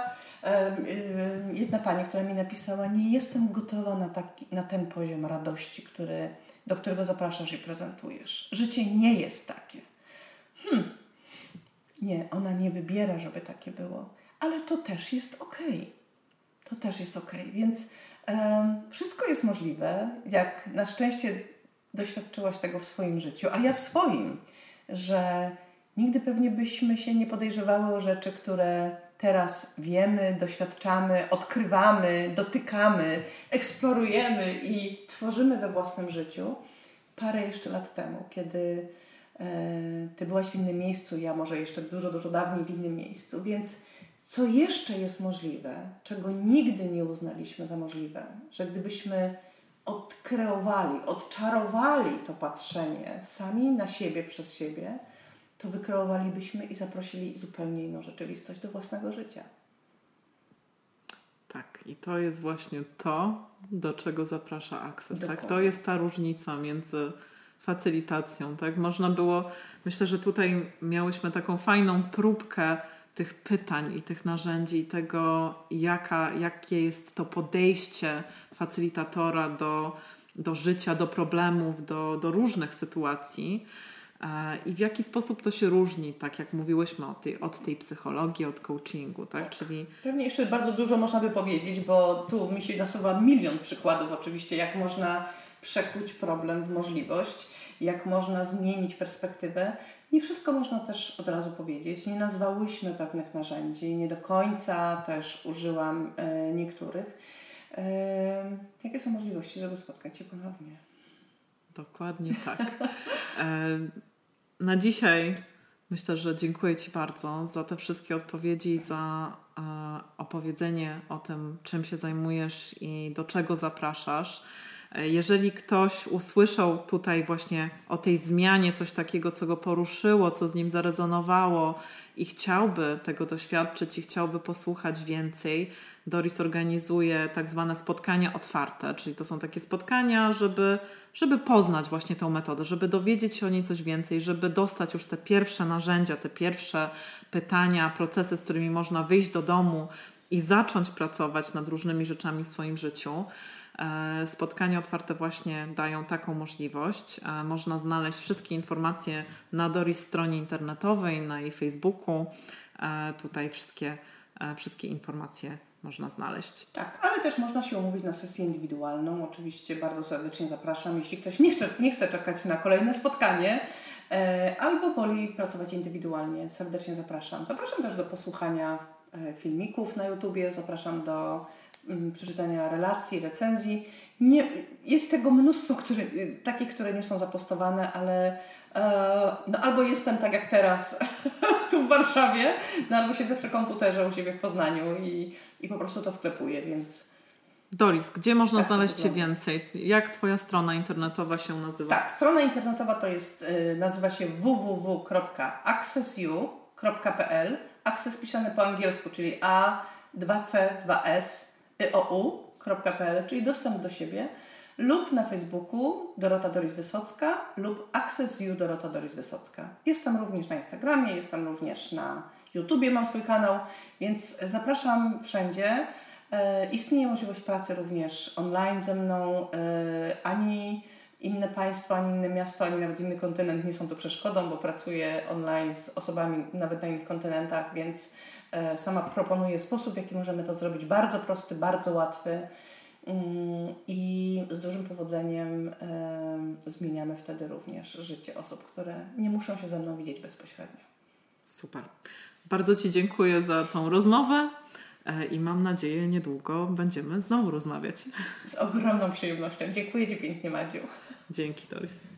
B: jedna pani, która mi napisała: nie jestem gotowa na, taki, na ten poziom radości, który, do którego zapraszasz i prezentujesz. Życie nie jest takie. Hmm. Nie, ona nie wybiera, żeby takie było. Ale to też jest okej. To też jest okej. Więc um, wszystko jest możliwe, jak na szczęście doświadczyłaś tego w swoim życiu, a ja w swoim, że nigdy pewnie byśmy się nie podejrzewały o rzeczy, które teraz wiemy, doświadczamy, odkrywamy, dotykamy, eksplorujemy i tworzymy we własnym życiu parę jeszcze lat temu, kiedy e, ty byłaś w innym miejscu, ja może jeszcze dużo, dużo dawniej w innym miejscu, więc co jeszcze jest możliwe, czego nigdy nie uznaliśmy za możliwe, że gdybyśmy odkreowali, odczarowali to patrzenie sami na siebie przez siebie, to wykreowalibyśmy i zaprosili zupełnie inną rzeczywistość do własnego życia.
A: Tak, i to jest właśnie to, do czego zaprasza Access. Tak?
B: Dokładnie.
A: To jest ta różnica między facylitacją. Tak? Można było, myślę, że tutaj miałyśmy taką fajną próbkę tych pytań i tych narzędzi i tego, jaka, jakie jest to podejście facylitatora do, do życia, do problemów, do, do różnych sytuacji e, i w jaki sposób to się różni, tak jak mówiłyśmy o tej, od tej psychologii, od coachingu. Tak?
B: Tak.
A: Czyli...
B: Pewnie jeszcze bardzo dużo można by powiedzieć, bo tu mi się nasuwa milion przykładów oczywiście, jak można przekuć problem w możliwość, jak można zmienić perspektywę. Nie wszystko można też od razu powiedzieć. Nie nazwałyśmy pewnych narzędzi, nie do końca też użyłam e, niektórych. E, jakie są możliwości, żeby spotkać się ponownie?
A: Dokładnie tak. E, na dzisiaj myślę, że dziękuję Ci bardzo za te wszystkie odpowiedzi, za e, opowiedzenie o tym, czym się zajmujesz i do czego zapraszasz. Jeżeli ktoś usłyszał tutaj właśnie o tej zmianie, coś takiego, co go poruszyło, co z nim zarezonowało i chciałby tego doświadczyć i chciałby posłuchać więcej, Doris organizuje tak zwane spotkania otwarte, czyli to są takie spotkania, żeby, żeby poznać właśnie tę metodę, żeby dowiedzieć się o niej coś więcej, żeby dostać już te pierwsze narzędzia, te pierwsze pytania, procesy, z którymi można wyjść do domu i zacząć pracować nad różnymi rzeczami w swoim życiu. Spotkania otwarte właśnie dają taką możliwość. Można znaleźć wszystkie informacje na Doris stronie internetowej, na jej Facebooku. Tutaj wszystkie, wszystkie informacje można znaleźć.
B: Tak, ale też można się umówić na sesję indywidualną. Oczywiście bardzo serdecznie zapraszam. Jeśli ktoś nie chce, nie chce czekać na kolejne spotkanie albo woli pracować indywidualnie, serdecznie zapraszam. Zapraszam też do posłuchania filmików na YouTubie, zapraszam do przeczytania relacji, recenzji. Nie, jest tego mnóstwo, które, takich, które nie są zapostowane, ale e, no albo jestem tak jak teraz tu w Warszawie, no albo siedzę przy komputerze u siebie w Poznaniu i, i po prostu to wklepuję, więc...
A: Doris, gdzie można
B: tak
A: znaleźć Cię więcej? Jak Twoja strona internetowa się nazywa?
B: Tak, strona internetowa to jest, nazywa się w w w kropka access you kropka p l. Access pisane po angielsku, czyli A, dwa C, dwa S, Y O U kropka p l, czyli dostęp do siebie, lub na Facebooku Dorota Doris Wysocka lub Access You Dorota Doris Wysocka. Jestem również na Instagramie, jestem również na YouTubie, mam swój kanał, więc zapraszam wszędzie. E, istnieje możliwość pracy również online ze mną. E, ani inne państwo, ani inne miasto, ani nawet inny kontynent nie są to przeszkodą, bo pracuję online z osobami nawet na innych kontynentach, więc e, sama proponuję sposób, w jaki możemy to zrobić. Bardzo prosty, bardzo łatwy mm, i z dużym powodzeniem e, zmieniamy wtedy również życie osób, które nie muszą się ze mną widzieć bezpośrednio.
A: Super. Bardzo Ci dziękuję za tą rozmowę. I mam nadzieję, niedługo będziemy znowu rozmawiać.
B: Z ogromną przyjemnością. Dziękuję Ci pięknie, Madziu.
A: Dzięki, Doris.